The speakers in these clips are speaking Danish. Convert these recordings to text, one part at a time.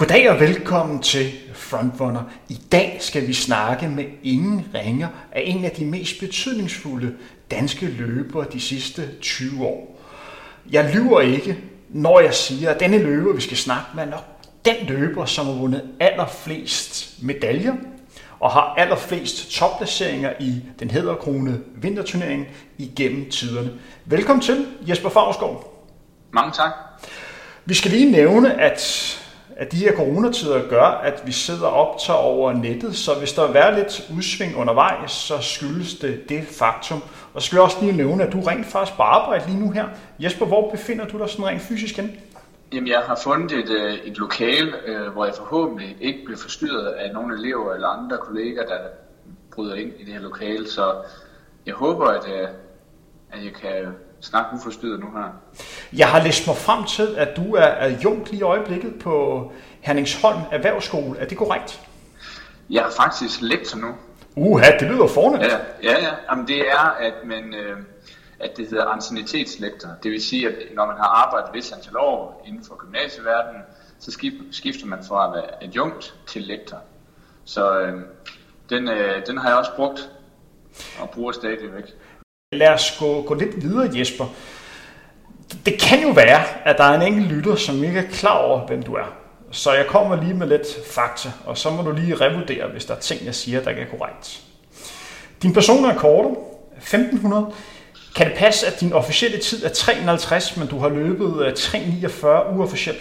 Goddag og velkommen til Frontrunner. I dag skal vi snakke med ingen ringer af en af de mest betydningsfulde danske løbere de sidste 20 år. Jeg lyver ikke, når jeg siger, at denne løber, vi skal snakke med, er nok den løber, som har vundet allerflest medaljer og har allerflest topplaceringer i den hæderkronede vinterturnering igennem tiderne. Velkommen til, Jesper Favrskov. Mange tak. Vi skal lige nævne, at de her coronatider gør, at vi sidder og optager over nettet, så hvis der er lidt udsving undervejs, så skyldes det faktum. Og så skal jeg også lige nævne, at du rent faktisk på arbejde lige nu her. Jesper, hvor befinder du dig sådan rent fysisk hen? Jamen, jeg har fundet et lokale, hvor jeg forhåbentlig ikke bliver forstyrret af nogle elever eller andre kolleger, der bryder ind i det her lokale. Så jeg håber, at jeg kan snakke uforstyrret nu her. Jeg har læst mig frem til, at du er adjunkt lige i øjeblikket på Herningsholm Erhvervsskole. Er det korrekt? Jeg er faktisk lektor nu. Det lyder fornemt. Ja. Jamen, det er, at det hedder anciennitetslektor. Det vil sige, at når man har arbejdet et vist antal år inden for gymnasieverdenen, så skifter man fra at være adjunkt til lektor. Så den har jeg også brugt og bruger stadigvæk. Lad os gå lidt videre, Jesper. Det kan jo være, at der er en enkelt lytter, som ikke er klar over, hvem du er. Så jeg kommer lige med lidt fakta, og så må du lige revurdere, hvis der er ting, jeg siger, der ikke er korrekt. Din personrekord 1500. Kan det passe, at din officielle tid er 3:50, men du har løbet 3:49 uofficielt?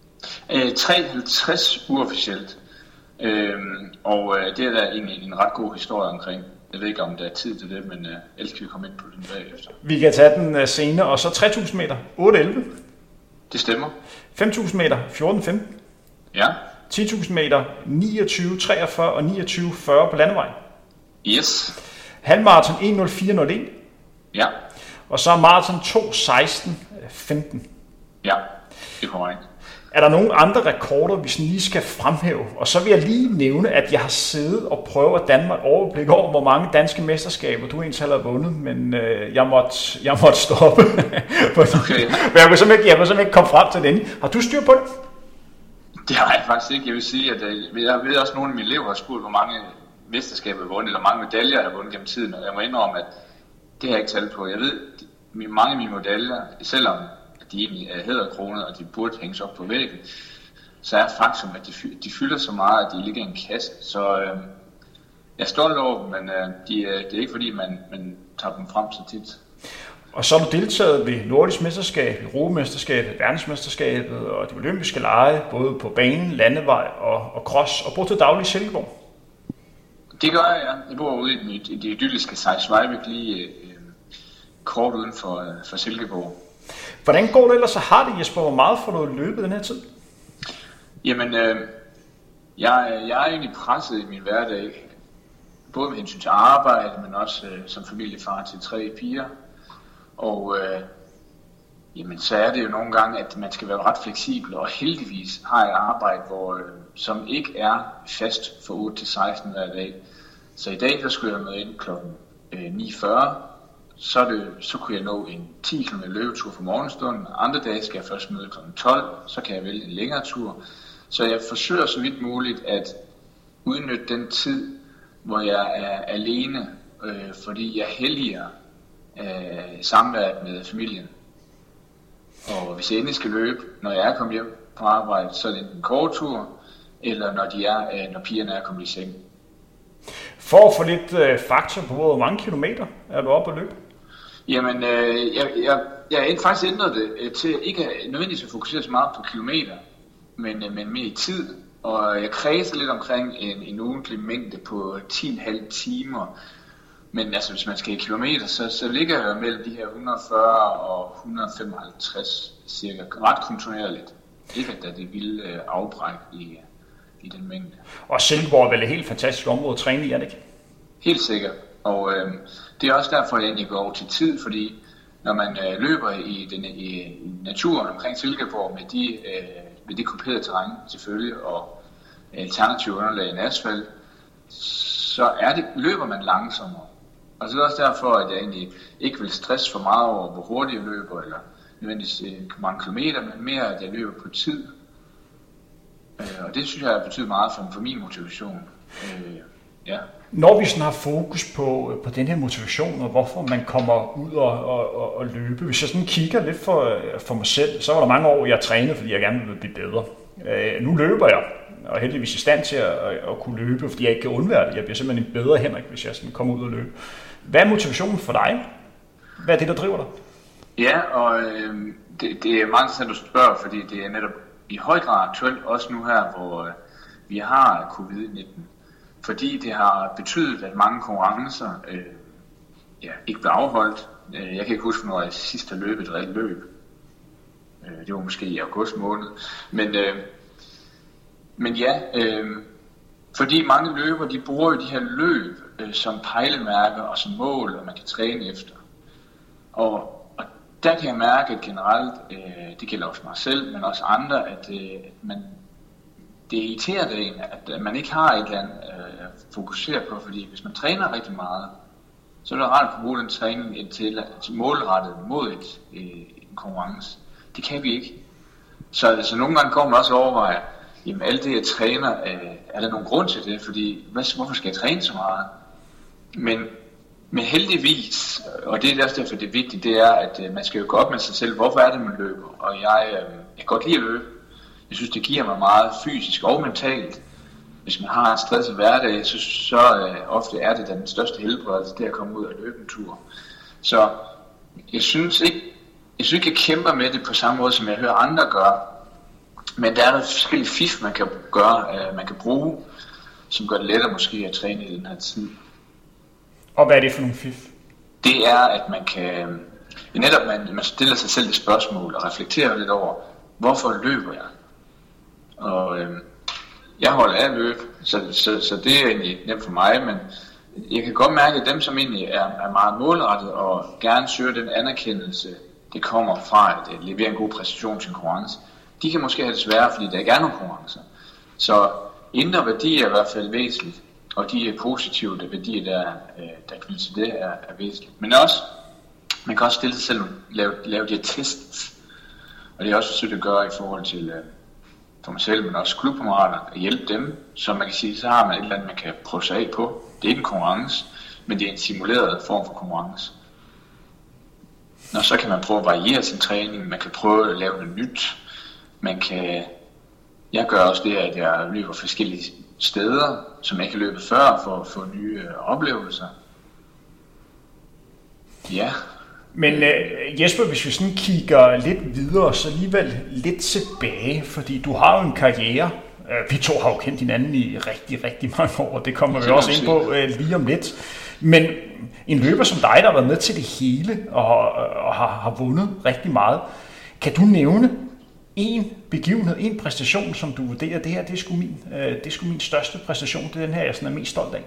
3:50 uofficielt. Og det er der egentlig en ret god historie omkring. Jeg ved ikke, om der er tid til det, men ellers kan vi komme ind på den bagefter. Vi kan tage den senere, og så 3.000 meter, 8:11. Det stemmer. 5.000 meter, 14:15. Ja. 10.000 meter, 29:43 og 29:40 på landevej. Yes. Halvmarathon 1:04:01. Ja. Og så marathon 2:16:15. Ja, det er korrekt. Er der nogle andre rekorder, vi sådan lige skal fremhæve? Og så vil jeg lige nævne, at jeg har siddet og prøvet at danne mig et overblik over, hvor mange danske mesterskaber du egentlig har vundet, men jeg måtte stoppe. Okay. Men jeg kunne simpelthen ikke komme frem til den. Har du styr på det? Det har jeg faktisk ikke. Jeg vil sige, at jeg ved også, at nogle af mine elever har spurgt, hvor mange mesterskaber jeg har vundet, eller mange medaljer jeg har vundet gennem tiden, og jeg må indrømme, at det har jeg ikke talt på. Jeg ved, mange af mine medaljer, selvom de egentlig er hæderkronet, og de burde hænges op på væggen, så er faktum, at de fylder så meget, at de ligger i en kasse. Så jeg er stolt over dem, men det er ikke fordi, man tager dem frem så tit. Og så har du deltaget ved Nordisk Mesterskab, Europamesterskabet, Verdensmesterskabet og de olympiske lege, både på banen, landevej og cross, og bor til daglig i Silkeborg. Det gør jeg, ja. Jeg bor ude i det idylliske Sejsvejvik, lige kort uden for Silkeborg. Hvordan går det ellers, så har det, Jesper? Hvor meget får du løbet den her tid? Jamen, jeg er egentlig presset i min hverdag, både med hensyn til arbejde, men også som familiefar til 3 piger. Og jamen, så er det jo nogle gange, at man skal være ret fleksibel, og heldigvis har jeg et arbejde, som ikke er fast fra 8 til 16 hver dag. Så i dag, der skulle jeg møde ind kl. 9:40. Så kunne jeg nå en 10 km løbetur for morgenstunden. Andre dage skal jeg først møde kl. 12, så kan jeg vælge en længere tur. Så jeg forsøger så vidt muligt at udnytte den tid, hvor jeg er alene, fordi jeg helliger samværet med familien. Og hvis jeg endelig skal løbe, når jeg er kommet hjem på arbejde, så er det en kort tur, eller når pigerne er kommet i seng. For at få lidt fakta på, hvor mange kilometer er du oppe at løbe? Jamen, jeg har faktisk ændret det til ikke nødvendigvis at fokusere så meget på kilometer, men mere i tid. Og jeg kredser lidt omkring en ugentlig mængde på 10,5 timer. Men altså, hvis man skal i kilometer, så ligger jeg mellem de her 140 og 155 cirka. Ret kontinuerligt. Ikke at der er det vilde afbræk i den mængde. Og Silkeborg er vel et helt fantastisk område at træne i, er det ikke? Helt sikkert. Og det er også derfor, jeg egentlig går over til tid, fordi når man løber i naturen omkring Silkeborg med det kuperede terræn selvfølgelig, og alternative underlag end asfalt, så løber man langsommere. Og så er det også derfor, at jeg egentlig ikke vil stresse for meget over, hvor hurtigt jeg løber, eller nødvendigvis mange kilometer, men mere, at jeg løber på tid. Og det synes jeg betyder meget for min motivation. Ja. Når vi sådan har fokus på den her motivation, og hvorfor man kommer ud og løbe, hvis jeg sådan kigger lidt for mig selv, så var der mange år, jeg trænede, fordi jeg gerne ville blive bedre. Nu løber jeg, og heldigvis i stand til at kunne løbe, fordi jeg ikke kan undvære det. Jeg bliver simpelthen en bedre Henrik, hvis jeg sådan kommer ud og løbe. Hvad er motivationen for dig? Hvad er det, der driver dig? Ja, og det er meget interessant, at du spørger, fordi det er netop i høj grad aktuelt, også nu her, hvor vi har covid-19. Fordi det har betydet, at mange konkurrencer ikke blev afholdt. Jeg kan ikke huske, når jeg sidst har løbet et rigtigt løb. Det var måske i august måned. Men ja, fordi mange løbere, de bruger jo de her løb som pejlemærker og som mål, og man kan træne efter. Og der kan jeg mærke, at generelt, det gælder også mig selv, men også andre, at det irriterer det en, at man ikke har et eller andet at fokusere på, fordi hvis man træner rigtig meget, så er det rart at kunne bruge den træning til målrettet mod en konkurrence. Det kan vi ikke. Så nogle gange går man også og overvejer, jamen alt det jeg træner, er der nogen grund til det, fordi hvorfor skal jeg træne så meget? Men heldigvis, og det er også derfor det er vigtigt, det er, at man skal jo gå op med sig selv, hvorfor er det man løber? Og jeg kan godt lide at løbe. Jeg synes, det giver mig meget fysisk og mentalt. Hvis man har en stresset hverdag, så ofte er det den største helbredelse, det at komme ud og løbe en tur. Så jeg synes ikke, jeg kæmper med det på samme måde, som jeg hører andre gøre. Men der er noget forskellige fif, man kan gøre, man kan bruge, som gør det lettere måske at træne i den her tid. Og hvad er det for nogle fif? Det er, at man kan, netop man stiller sig selv et spørgsmål og reflekterer lidt over, hvorfor løber jeg? Og jeg holder af at løbe, så det er egentlig nemt for mig, men jeg kan godt mærke, at dem, som egentlig er meget målrettet og gerne søger den anerkendelse, det kommer fra at levere en god præstation til en konkurrence, de kan måske have det sværere, fordi der ikke er nogen konkurrencer. Så indre værdier er i hvert fald væsentligt, og de er positive værdier, der knytter til det, er væsentligt. Men også, man kan også stille sig selv og lave de her tests, og det er også forsøgt at gøre i forhold til for mig selv, men også klubkammerater, at hjælpe dem, så man kan sige, så har man et eller andet, man kan prøve sig af på. Det er ikke en konkurrence, men det er en simuleret form for konkurrence. Og så kan man prøve at variere sin træning, man kan prøve at lave noget nyt, jeg gør også det, at jeg løber forskellige steder, som jeg ikke har løbet før, for at få nye oplevelser. Ja. Men Jesper, hvis vi sådan kigger lidt videre, så alligevel lidt tilbage, fordi du har jo en karriere. Vi to har jo kendt hinanden i rigtig, rigtig mange år, og det kommer vi også ind på lige om lidt. Men en løber som dig, der har været med til det hele og har vundet rigtig meget, kan du nævne en begivenhed, en præstation, som du vurderer, det her, det er sgu min største præstation, det er den her, jeg sådan er mest stolt af?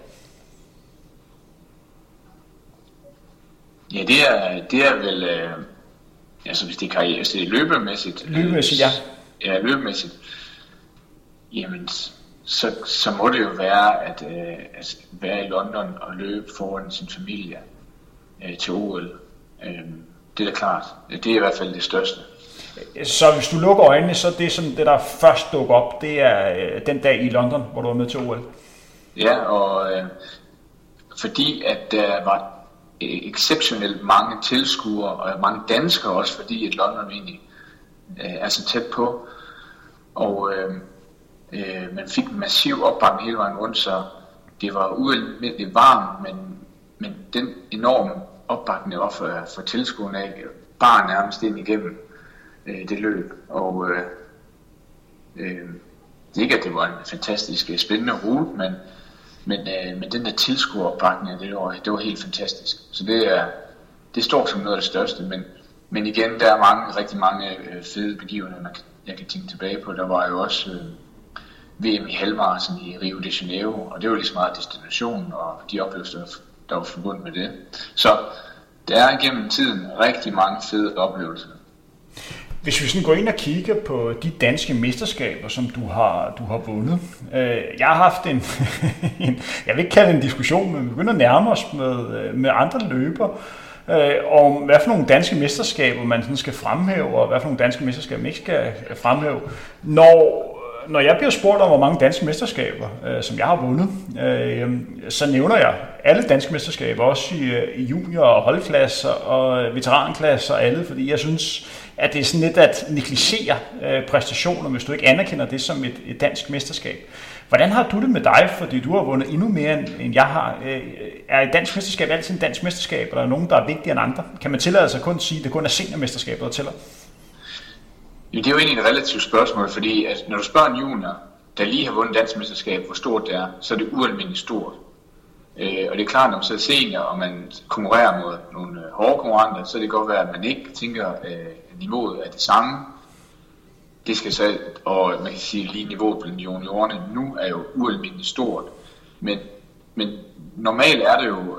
Ja, det er vel, altså hvis det er karriere, hvis det er løbemæssigt. Løbemæssigt, ja. Ja, løbemæssigt. Jamen, så må det jo være at være i London og løbe foran sin familie til OL. Det er da klart. Det er i hvert fald det største. Så hvis du lukker øjnene, så det som det der først dukker op, det er den dag i London, hvor du var med til OL. Ja, og fordi at der var exceptionelt mange tilskuere og mange danskere også, fordi at London egentlig er så tæt på, og man fik en massiv opbakning hele vejen rundt, så det var ualmindeligt varmt, men den enorme opbakning var for tilskuerne af bare nærmest ind igennem det løb, og det er ikke at det var en fantastisk spændende rute, men den der tilskueropbakning, det var helt fantastisk. Så det står som noget af det største, men igen, der er rigtig mange fede begivenheder, jeg kan tænke tilbage på. Der var jo også VM i halvmarathon i Rio de Janeiro, og det var ligesom meget destinationen og de oplevelser, der var forbundet med det. Så der er gennem tiden rigtig mange fede oplevelser. Hvis vi sådan går ind og kigger på de danske mesterskaber, som du har vundet. Jeg har haft jeg vil ikke kalde en diskussion, men vi begynder at nærme os med andre løbere, om hvad for nogle danske mesterskaber man sådan skal fremhæve, og hvad for nogle danske mesterskaber man ikke skal fremhæve. Når når jeg bliver spurgt om, hvor mange danske mesterskaber, som jeg har vundet, så nævner jeg alle danske mesterskaber, også i junior- og holdklasser og veteranklasser og alle, fordi jeg synes, at det er sådan lidt at negligere præstationer, hvis du ikke anerkender det som et dansk mesterskab. Hvordan har du det med dig, fordi du har vundet endnu mere, end jeg har? Er et dansk mesterskab altid en dansk mesterskab, eller er der nogen, der er vigtigere end andre? Kan man tillade sig kun at sige, at det kun er seniormesterskaber, der tæller? Jo, det er jo egentlig et relativt spørgsmål, fordi at når du spørger en junior, der lige har vundet dansk mesterskab, hvor stort det er, så er det ualmindeligt stort. Og det er klart, når man så er senior, og man konkurrerer mod nogle hårde konkurrenter, så er det godt være, at man ikke tænker, at niveauet er det samme. Det skal så, og man kan sige, at lige niveauet blandt juniorerne nu er jo ualmindeligt stort. Men normalt er det jo,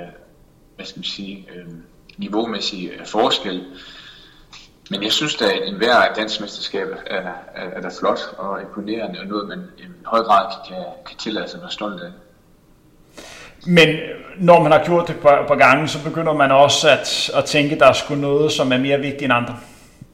niveaumæssig forskel. Men jeg synes, at enhver dansk mesterskab er der flot og imponerende, og noget, man i høj grad kan tillade sig at være stolt af. Men når man har gjort det på gange, så begynder man også at tænke, at der er sgu noget, som er mere vigtigt end andre.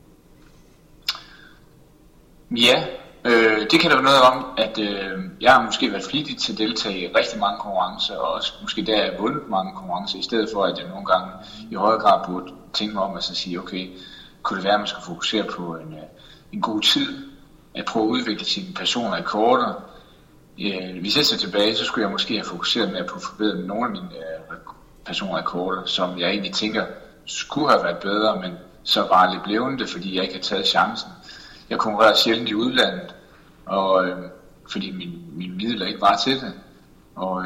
Ja, det kan der være noget om, at jeg har måske været flittig til at deltage i rigtig mange konkurrencer, og også måske der har vundet mange konkurrencer, i stedet for at jeg nogle gange i højere grad burde tænke mig om at så sige, okay, kunne det være, at man skal fokusere på en god tid, at prøve at udvikle sine personer i korter. Hvis jeg ser tilbage, så skulle jeg måske have fokuseret mere på at forbedre nogle af mine personer i korter, som jeg egentlig tænker skulle have været bedre, men så bare lidt blevet det, fordi jeg ikke har taget chancen. Jeg konkurrerer sjældent i udlandet, og fordi mine midler ikke var til det. Og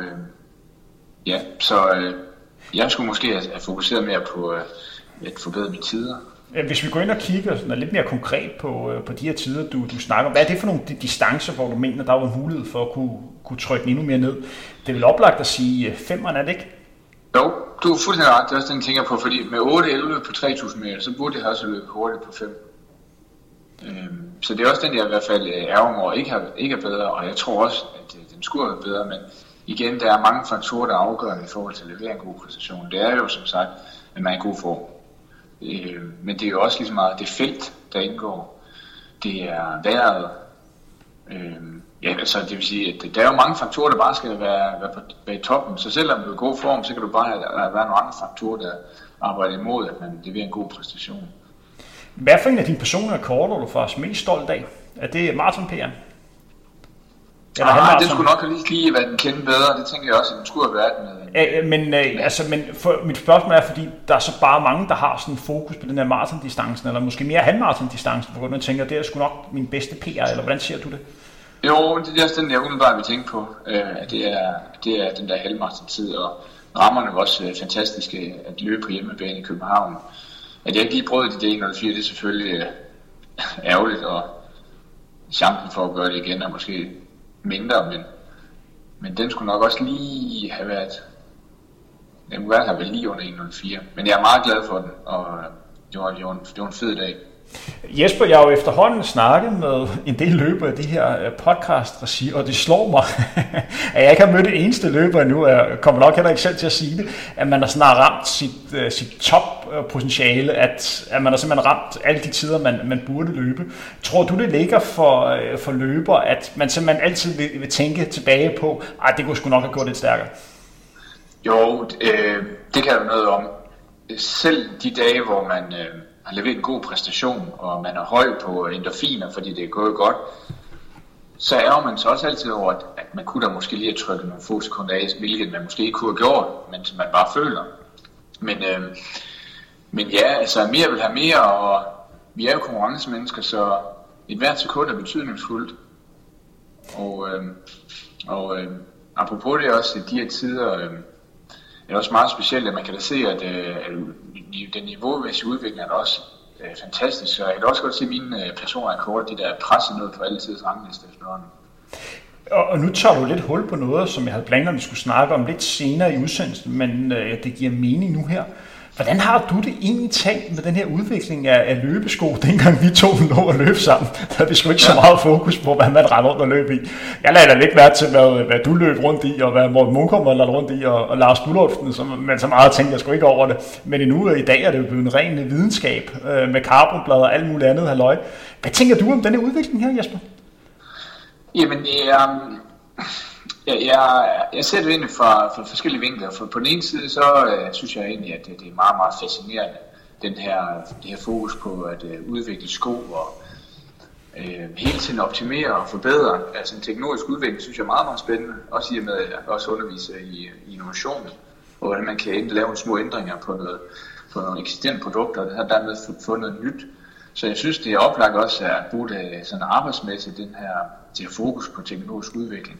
jeg skulle måske have fokuseret mere på at forbedre mine tider. Hvis vi går ind og kigger sådan lidt mere konkret på de her tider, du snakker om, hvad er det for nogle distancer, hvor du mener, der var en mulighed for at kunne trykke den endnu mere ned? Det er vel oplagt at sige 5'eren, er det ikke? Jo, du er fuldstændig ret. Det er også den, jeg tænker på, fordi med 8-11 på 3000 meter, så burde jeg også løbe hurtigt på 5. Så det er også den, jeg i hvert fald ærger mig over ikke er bedre, og jeg tror også, at den skulle være bedre, men igen, der er mange faktorer, der er afgørende i forhold til at levere en god præstation. Det er jo som sagt, at man er i god form. Men det er jo også lige så meget det felt, der indgår. Det er vejret. Altså det vil sige, at der er jo mange faktorer, der bare skal være i toppen. Så selvom du er i god form, så kan du bare have nogle andre faktorer, der arbejder imod, at man leverer en god præstation. Hvad for en af dine personlige rekorder er du faktisk mest stolt af? Er det maraton-PR'en? Det skulle nok lige være den kende bedre. Det tænker jeg også, at den skulle have været med. Men mit spørgsmål er, fordi der er så bare mange, der har sådan fokus på den her maratondistancen, eller måske mere halvmaratondistancen, hvor man tænker, det er sgu nok min bedste PR, eller hvordan ser du det? Jo, det er også den, jeg umiddelbart vil tænke på, at det er den der halvmaraton-tid, og rammerne var også fantastiske at løbe på hjemmebane i København. At jeg ikke lige prøvede det i 1.04, det er selvfølgelig ærgerligt, og chancen for at gøre det igen er måske mindre, men den skulle nok også lige have været, den kunne have været lige under 1.04, men jeg er meget glad for den, og det var en fed dag. Jesper, jeg har jo efterhånden snakket med en del løbere i de her podcast-regi, og det slår mig, at jeg ikke har mødt det eneste løber endnu, jeg kommer nok heller ikke selv til at sige det, at man har snart ramt sit toppotentiale, at man har simpelthen ramt alle de tider, man burde løbe. Tror du, det ligger for løbere, at man simpelthen altid vil tænke tilbage på, at det kunne sgu nok have gjort lidt stærkere? Jo, det kan jeg jo noget om. Selv de dage, hvor man har leveret en god præstation, og man er høj på endorfiner, fordi det er gået godt, så ærger man så også altid over, at man kunne da måske lige have trykket nogle få sekunder af, hvilket man måske ikke kunne have gjort, men som man bare føler. Men ja, altså mere vil have mere, og vi er jo konkurrencemennesker, så et hvert sekund er betydningsfuldt. Og apropos det også, de her tider er også meget specielt, at man kan da se, at den niveaumæssige udvikling er også fantastisk. Så jeg kan også godt se mine personrekord, de der er presset ned på alle tiders rangliste efterhånden. Og nu tager du lidt hul på noget, som jeg havde planer, at vi skulle snakke om lidt senere i udsendelsen, men det giver mening nu her. Hvordan har du det egentlig talt med den her udvikling af løbesko, dengang vi to lå og løb sammen? Der havde vi sgu ikke så meget fokus på, hvad man rendte rundt og løb i. Jeg lagde da lidt mærke til, hvad du løb rundt i, og hvad Morten Munkholm lagde rundt i, og Lars Bullofsen, men så meget tænkte jeg sgu ikke over det. Men endnu i dag er det jo blevet en ren videnskab med carbonblad og alt muligt andet halløj. Hvad tænker du om denne udvikling her, Jesper? Jamen, jeg ser det egentlig fra forskellige vinkler. For på den ene side, så synes jeg egentlig, at det er meget, meget fascinerende, det her fokus på at udvikle sko og hele tiden optimere og forbedre. Altså en teknologisk udvikling, synes jeg er meget, meget spændende. Også i og med, at jeg også underviser i innovation, og hvordan man kan lave nogle små ændringer på nogle eksisterende produkter, og dermed få noget nyt. Så jeg synes, det er oplagt også at bruge det sådan arbejdsmæssigt, det her fokus på teknologisk udvikling.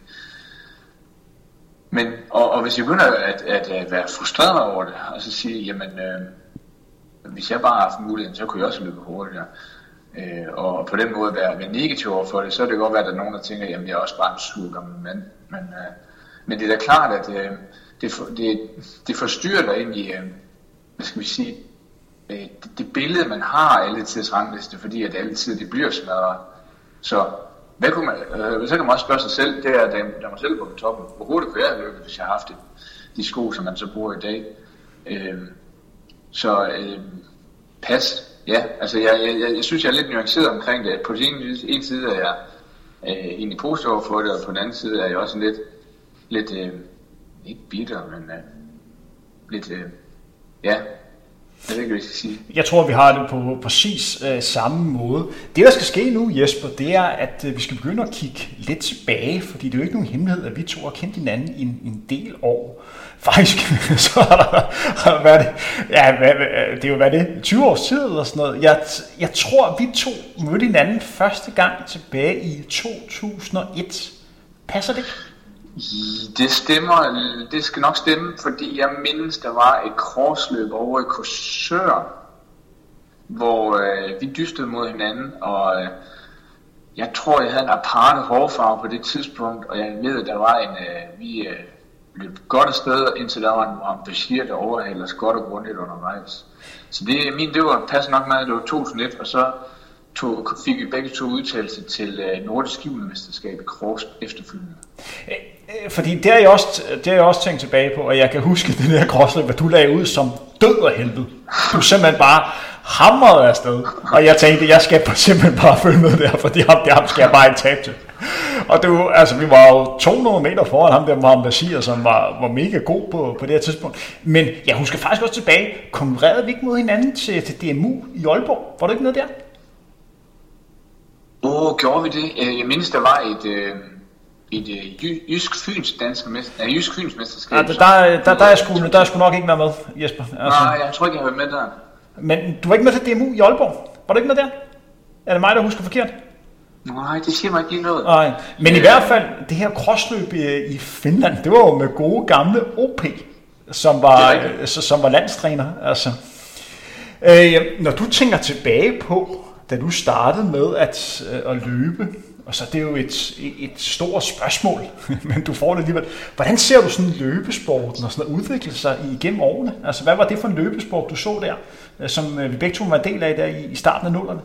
Men, og hvis jeg begynder at være frustreret over det, og så sige, jamen, hvis jeg bare har haft muligheden, så kunne jeg også løbe hurtigere. Og på den måde være negativ over for det, så er det godt være, at der er nogen, der tænker, jamen jeg er også bare en sur gammel mand. Men det er da klart, at det forstyrrer dig ind i, hvad skal vi sige, det billede, man har af alle tiders rangliste, fordi at alle tider det bliver smadret. Så hvad kunne man, så kan man også spørge sig selv, det er, da man selv på den toppen, hvor hurtigt kunne jeg have løbet, hvis jeg har haft de sko, som man så bruger i dag. Pas. Ja, altså jeg synes, jeg er lidt nuanceret omkring det. På den ene side er jeg egentlig positiv over for det, og på den anden side er jeg også lidt ikke bitter, men lidt, ja, jeg ved ikke, hvad jeg skal sige. Jeg tror, vi har det på præcis samme måde. Det, der skal ske nu, Jesper, det er, at vi skal begynde at kigge lidt tilbage, fordi det er jo ikke nogen hemmelighed, at vi to har kendt hinanden i en del år. Faktisk, så har der været det er jo været det, 20 års tid eller sådan noget. Jeg tror, vi to mødte hinanden første gang tilbage i 2001. Passer det? Det stemmer, det skal nok stemme, fordi jeg mindes, der var et crossløb over i Korsør, hvor vi dystede mod hinanden, og jeg tror, jeg havde en aparte hårfarve på det tidspunkt, og jeg ved, at der var vi løb godt afsted, indtil der var en Bashir, der overhalede os godt og grundigt undervejs. Så det var passer nok med, at det var 2001, og så fik vi begge to udtalelse til nordisk juniormesterskab i cross efterfølgende. Fordi det har jeg også tænkt tilbage på, og jeg kan huske det der crossløb, hvad du lagde ud som død og helvede. Du simpelthen bare hamrede afsted, og jeg tænkte, jeg skal simpelthen bare følge med der, fordi ham skal jeg bare ikke tabe til. Og det var, altså, vi var jo 200 meter foran ham der, Mohamed Bashir, som var mega god på det her tidspunkt. Men jeg husker faktisk også tilbage, konkurrerede vi ikke mod hinanden til DMU i Aalborg? Var det ikke noget der? Gjorde vi det? Jeg mindes, der var et Jysk Fyns mesterskab. Ja, der er sgu nok ikke været med, Jesper. Altså. Nej, jeg tror ikke, jeg var med der. Men du var ikke med til DMU i Aalborg? Var du ikke med der? Er det mig, der husker forkert? Nej, det siger mig ikke lige noget. Nej, men i hvert fald, det her crossløb i Finland, det var jo med gode gamle OP, som var landstræner. Altså. Når du tænker tilbage på, da du startede med at løbe, og så det er jo et stort spørgsmål, men du får det alligevel. Hvordan ser du sådan løbesporten og sådan udvikle sig igennem årene? Altså, hvad var det for en løbesport, du så der, som vi begge to var en del af der i starten af 00'erne?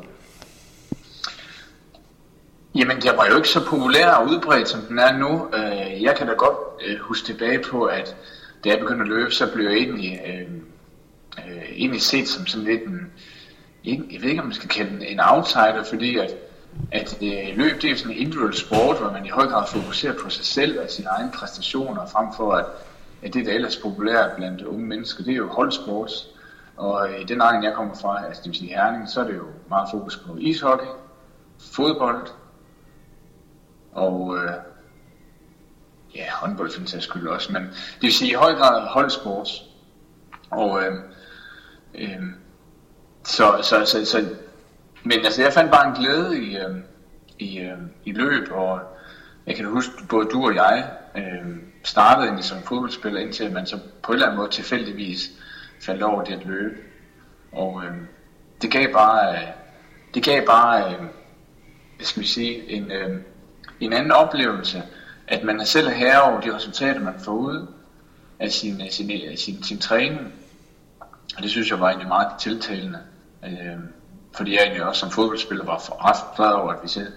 Jamen, det var jo ikke så populær og udbredt, som den er nu. Jeg kan da godt huske tilbage på, at da jeg begyndte at løbe, så blev jeg egentlig set som sådan lidt jeg ved ikke, om man skal kalde en outsider, fordi at løb, det er sådan en individuel sport, hvor man i høj grad fokuserer på sig selv og sine egne præstationer, frem for at det, der ellers populært blandt unge mennesker, det er jo holdsport. Og i den egen, jeg kommer fra, altså det vil sige Herning, så er det jo meget fokus på ishockey, fodbold, og håndbold for den sags skyld også, men det vil sige i høj grad holdsport. Og men altså jeg fandt bare en glæde i løb, og jeg kan huske, både du og jeg startede egentlig som fodboldspiller, indtil man så på en eller anden måde tilfældigvis faldt over det at løbe. Og det gav bare hvad skal vi sige, en anden oplevelse, at man selv er herre over de resultater, man får ud af sin træning. Og det synes jeg var egentlig meget tiltalende. Fordi jeg egentlig også som fodboldspiller var ret glad over, at vi selv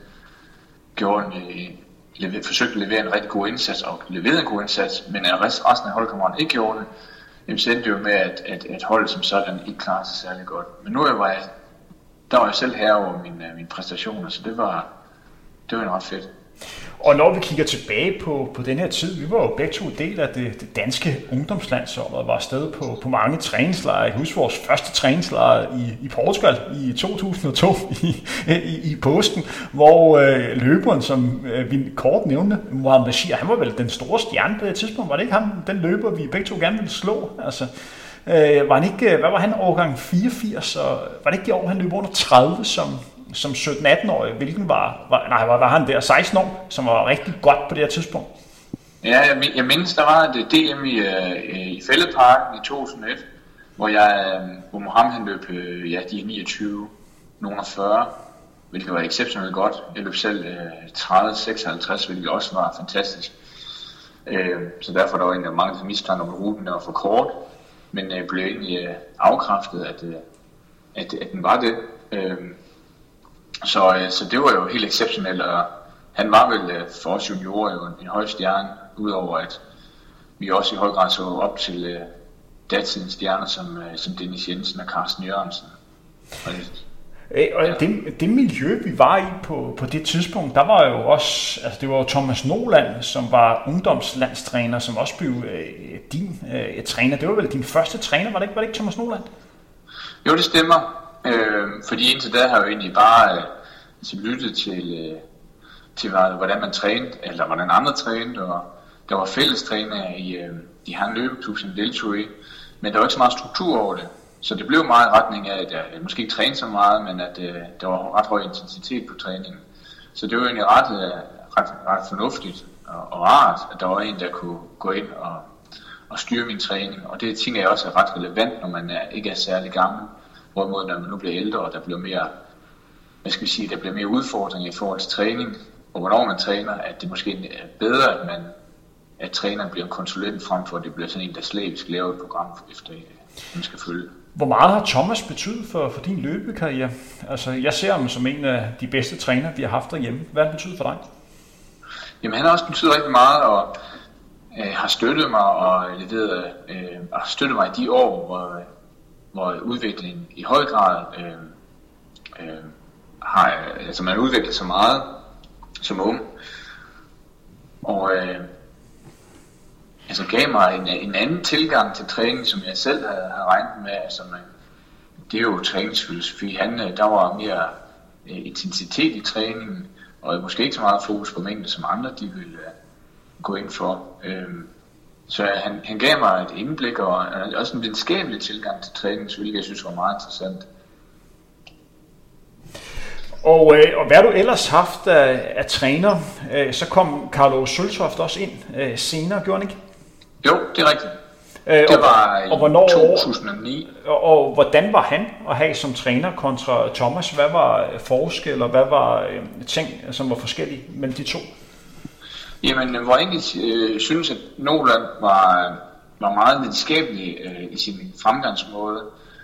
forsøgte at levere en rigtig god indsats, og leverede en god indsats, men at resten af holdkammeraterne ikke gjorde det, jamen så endte det jo med, at holdet som sådan ikke klarede sig særlig godt. Men nu var jeg selv herre over mine præstationer, så det var ret fedt. Og når vi kigger tilbage på den her tid, vi var jo begge to del af det danske ungdomslandshold og var afsted på mange træningslejre. Jeg husker vores første træningslejre i Portugal i 2002 i påsken, hvor løberen, som vi kort nævnte, Mohamed Bashir, han var vel den store stjerne på det tidspunkt. Var det ikke ham, den løber, vi begge to gerne ville slå? Altså, var han ikke, hvad var han, årgang 84, og var det ikke det år, han løb under 30 som 17-18-årig, hvilken var han der 16 år, som var rigtig godt på det her tidspunkt? Ja, jeg mindes, der var det DM i Fælledparken i 2001, hvor Mohammed han løb de 29, nogen 40, hvilket var exceptionelt godt. Jeg løb selv 30-56, hvilket også var fantastisk. Så derfor der var egentlig mange der mistanke om, at ruten der var for kort, men blev egentlig afkræftet, at den var det. Så det var jo helt exceptionelt, og han var vel for os juniorer jo en høj stjerne, udover at vi også i høj grad så op til datidens stjerner som Dennis Jensen og Carsten Jørgensen. Og det miljø, vi var i på det tidspunkt, der var jo også, altså det var jo Thomas Noland, som var ungdomslandstræner, som også blev din træner. Det var vel din første træner, var det ikke Thomas Noland? Jo, det stemmer. Fordi indtil da har jeg jo egentlig bare lyttet til hvordan man trænede, eller hvordan andre trænede, og der var fælles træner i Herren Løbeklub, som deltog i, men der var ikke så meget struktur over det. Så det blev meget i retning af, at jeg måske ikke trænede så meget, men at der var ret høj intensitet på træningen. Så det var egentlig ret fornuftigt og rart, at der var en, der kunne gå ind og styre min træning. Og det tænker jeg også er ret relevant, når man ikke er særlig gammel. Hvorimod når man nu bliver ældre, og der bliver mere, der bliver mere udfordring i forhold til træning, og hvornår man træner, at det måske er bedre, at træneren bliver en konsulent frem for, at det bliver sådan en, der slavisk laver et program efter, man skal følge. Hvor meget har Thomas betydet for din løbekarriere? Altså, jeg ser ham som en af de bedste trænere, vi har haft derhjemme. Hvad har det betydet for dig? Jamen, han har også betydet rigtig meget, og har støttet mig, og har støttet mig i de år, hvor udviklingen i høj grad man har udviklet så meget som ung. Og gav mig en anden tilgang til træning, som jeg selv havde regnet med. Altså, det er jo træningsfilosofi. Der var mere intensitet i træningen, og måske ikke så meget fokus på mængde, som andre de ville gå ind for. Så han gav mig et indblik og også en videnskabelig tilgang til træning, hvilket jeg synes var meget interessant. Og hvad har du ellers haft af træner? Så kom Carlo Søltoft også ind senere, gjorde han ikke? Jo, det er rigtigt. Det var i 2009. Og hvordan var han at have som træner kontra Thomas? Hvad var forskel, og hvad var ting, som var forskellige mellem de to? Jamen, hvor jeg egentlig synes, at Noland var meget videnskabelig i sin fremgangsmåde.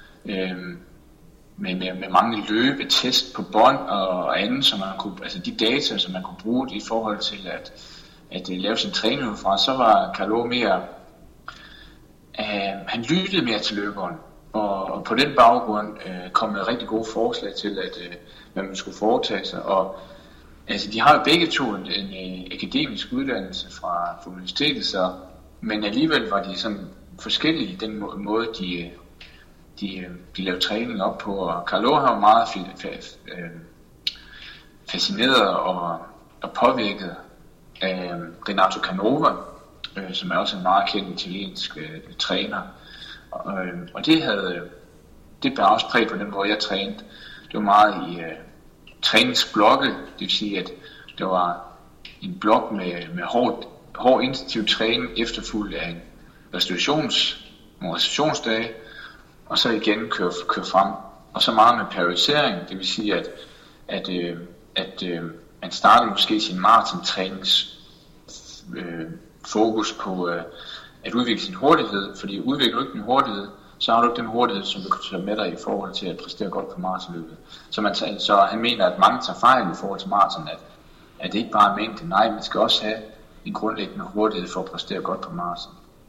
Med mange løbetest på bånd og andet, som man kunne, altså de data, som man kunne bruge i forhold til at lave sin træning ud fra, så var Carlo mere, han lyttede mere til løberen, og på den baggrund kom med rigtig gode forslag til, hvad man skulle foretage sig. Og altså, de har jo begge to en akademisk uddannelse fra universitetet, men alligevel var de sådan forskellige i den måde, de lavede træning op på, og Carlo har jo meget fascineret og påvirket af Renato Canova, som er også en meget kendt italiensk træner, og det bar også præg på den måde jeg trænede. Det var meget i træningsblokke, det vil sige at der var en blok med hård intensiv træning efterfulgt af en restaurationsdage, og så igen køre frem. Og så meget med periodisering, det vil sige, at man starter måske sin maratontrænings fokus på at udvikle sin hurtighed, fordi udvikler du ikke den hurtighed, så har du ikke den hurtighed, som du kan tage med dig i forhold til at præstere godt på maratonløbet. Så han mener, at mange tager fejl i forhold til maraton, at det ikke bare er mængde. Nej, man skal også have en grundlæggende hurtighed for at præstere godt på maraton.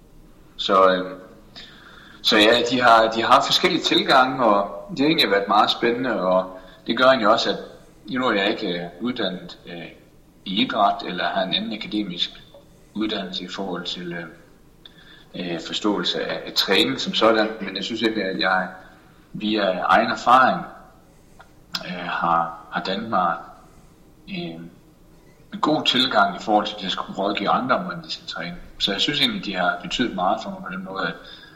Så ja, de har haft forskellige tilgange, og det har egentlig været meget spændende, og det gør egentlig også, at nu er jeg ikke uddannet idræt, eller har en anden akademisk uddannelse i forhold til forståelse af træning som sådan, men jeg synes ikke, at jeg via egen erfaring har dannet mig en god tilgang i forhold til, at jeg skulle rådgive andre om, hvordan de skal træne. Så jeg synes egentlig, de har betydet meget for mig på den måde,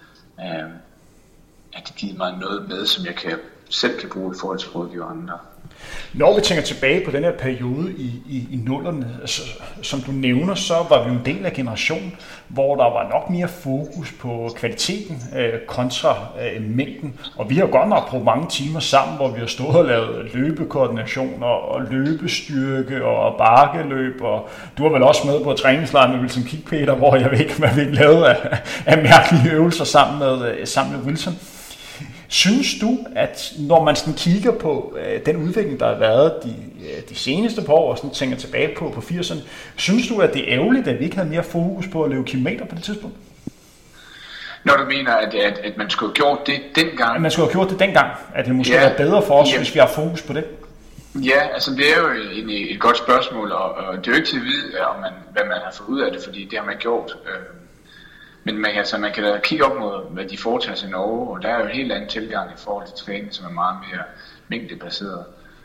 at det giver mig noget med, som jeg selv kan bruge i forhold til at rådgive andre. Når vi tænker tilbage på den her periode i nullerne, altså, som du nævner, så var vi en del af generationen, hvor der var nok mere fokus på kvaliteten kontra mængden. Og vi har godt nok brugt mange timer sammen, hvor vi har stået og lavet løbekoordination og løbestyrke og bakkeløb. Og du var vel også med på træningslejren med Wilson Kikpeter, hvor jeg ved ikke, hvad vi lavede af mærkelige øvelser sammen med Wilson. Synes du, at når man sådan kigger på den udvikling, der har været de seneste par år, og sådan tænker tilbage på 80'erne, synes du, at det er ærgerligt, at vi ikke havde mere fokus på at løbe kilometer på det tidspunkt? Når du mener, at man skulle have gjort det dengang? At man skulle have gjort det dengang, at det måske var bedre for os, hvis vi har fokus på det? Ja, altså det er jo et godt spørgsmål, og det er jo ikke til at vide, hvad man har fået ud af det, fordi det har man gjort. Men man kan da kigge op mod, hvad de foretager sig i Norge, og der er jo en helt anden tilgang i forhold til træning, som er meget mere mængdebaseret.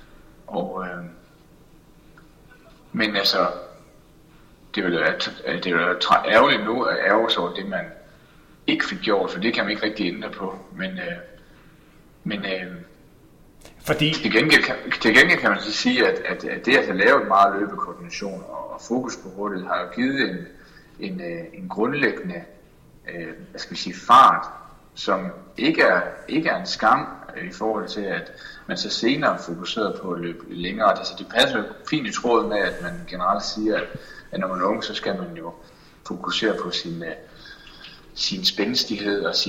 Men altså, det er jo ærgerligt nu at ærge sig over det, man ikke fik gjort, for det kan man ikke rigtig ændre på. Fordi til gengæld kan man så sige, at det at have lavet meget løbekoordination og fokus på hurtigt, har jo givet en grundlæggende fart, som ikke er en skam i forhold til, at man så senere fokuserede på at løbe længere. Altså, det passer jo fint i tråd med, at man generelt siger, at når man er ung, så skal man jo fokusere på sin spændstighed og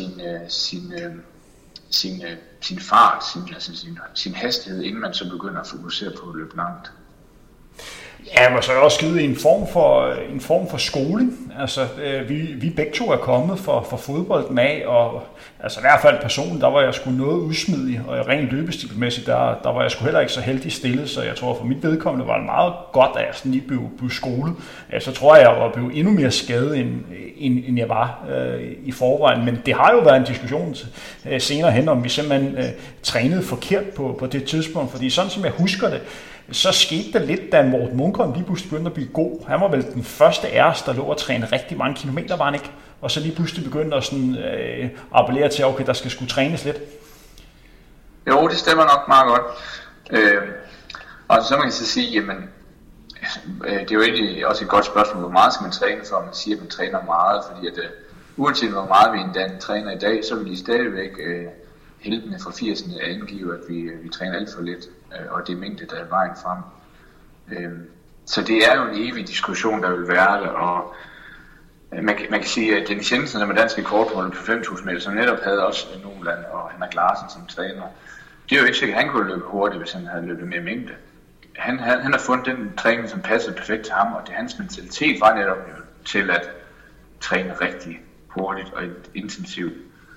sin fart, sin hastighed, inden man så begynder at fokusere på at løbe langt. Ja, men så er også givet en form for skoling. Altså, vi begge to er kommet for fodbolden af, og altså i hvert fald personligt, der var jeg sgu noget udsmidig, og rent løbestilmæssigt, der var jeg sgu heller ikke så heldig stillet, så jeg tror for mit vedkommende var det meget godt, at jeg sådan lige blev skolet. Så tror jeg var blevet endnu mere skadet, end jeg var i forvejen, men det har jo været en diskussion senere hen, om vi simpelthen trænede forkert på det tidspunkt, fordi sådan som jeg husker det, så skete der lidt, da Morten Munkholm lige pludselig begyndte at blive god. Han var vel den første af os, der lå at træne rigtig mange kilometer, var han ikke? Og så lige pludselig begyndte at sådan, appellere til, okay, der skal sgu trænes lidt. Jo, det stemmer nok meget godt. Og så man kan så sige, jamen, det er jo egentlig også et godt spørgsmål, hvor meget skal man træne, for man siger, at man træner meget, fordi at uanset hvor meget vi endda træner i dag, så vil de stadigvæk heltene fra 80'erne angive, at vi træner alt for lidt, og det er mængde, der er vejen frem. Så det er jo en evig diskussion, der vil være der, og man kan sige, at Dennis Jensen, som er dansk rekordholder på 5.000 meter, som netop havde også Noland og Henrik Larsen som træner, det er jo ikke sikkert, at han kunne løbe hurtigt, hvis han havde løbet mere mængde. Han har fundet den træning, som passede perfekt til ham, og det hans mentalitet var netop til at træne rigtig hurtigt og intensivt.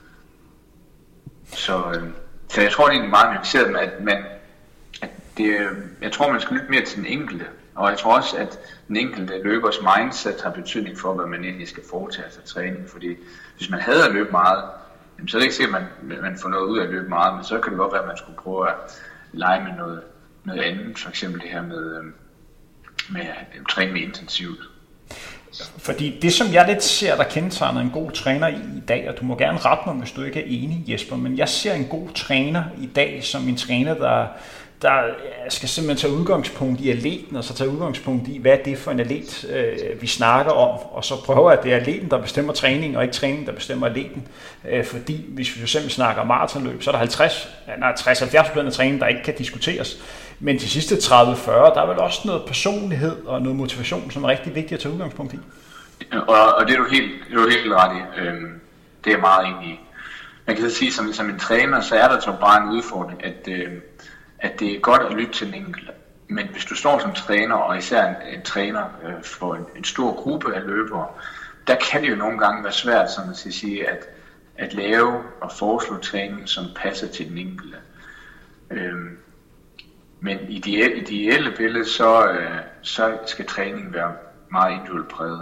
Så jeg tror, det er meget nuanceret, at jeg tror, man skal lytte mere til den enkelte. Og jeg tror også, at den enkelte løbers mindset har betydning for, hvad man egentlig skal foretage sig træning. Fordi hvis man hader at løbe meget, så er det ikke sikkert, at man får noget ud af at løbe meget, men så kan det godt være, at man skulle prøve at lege med noget andet. For eksempel det her med at træne mere intensivt. Fordi det, som jeg lidt ser, der kendetegner en god træner i dag, og du må gerne rette mig, hvis du ikke er enig, Jesper, men jeg ser en god træner i dag som en træner, der skal simpelthen tage udgangspunkt i atleten, og så tage udgangspunkt i, hvad er det for en atlet, vi snakker om, og så prøver at det er atleten, der bestemmer træning, og ikke træning, der bestemmer atleten. Fordi hvis vi f.eks. snakker maratonløb, så er der 60-70% af træning, der ikke kan diskuteres. Men de sidste 30-40, der er vel også noget personlighed og noget motivation, som er rigtig vigtigt at tage udgangspunkt i. Og det er du helt ret i. Det er meget enig i. Man kan så sige, som en træner, så er der så bare en udfordring, at det er godt at lytte til den enkelte. Men hvis du står som træner, og især en træner for en stor gruppe af løbere, der kan det jo nogle gange være svært, som man skal sige, at lave og foreslå træning, som passer til den enkelte. Men i det ideelle billede, så skal træningen være meget individuelt præget.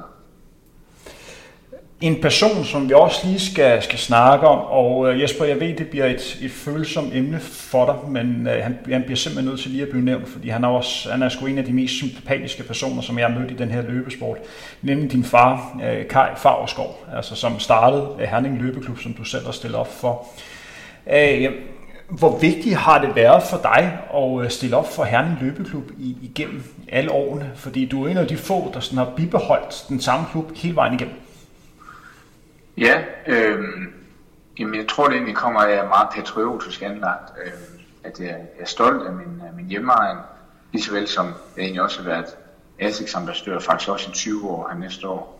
En person, som vi også lige skal snakke om, og Jesper, jeg ved, det bliver et følsomt emne for dig, men han bliver simpelthen nødt til lige at blive nævnt, fordi han er sgu en af de mest sympatiske personer, som jeg har mødt i den her løbesport, nemlig din far, Kai Favrskov, altså som startede Herning Løbeklub, som du selv har stillet op for. Hvor vigtigt har det været for dig at stille op for Herning Løbeklub igennem alle årene? Fordi du er en af de få, der sådan har bibeholdt den samme klub hele vejen igennem. Ja, jamen jeg tror det egentlig kommer af meget patriotisk anlagt, at jeg er stolt af min hjemmeegn, lige så vel som jeg egentlig også har været ASICS-ambassadør, faktisk også i 20 år her næste år.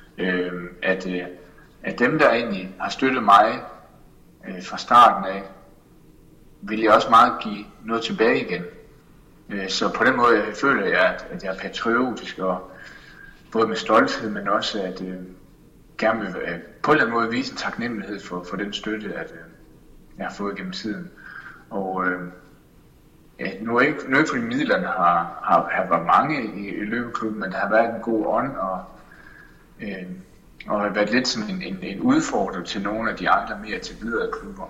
At dem, der egentlig har støttet mig fra starten af, vil jeg også meget give noget tilbage igen. Så på den måde føler jeg, at jeg er patriotisk, og både med stolthed, men også at gerne vil på en eller anden måde vise en taknemmelighed for den støtte, at jeg har fået gennem tiden. Og nu er ikke fordi midlerne har været mange i løbeklubben, men der har været en god ånd, og har været lidt som en udfordring til nogle af de andre mere etablerede klubber.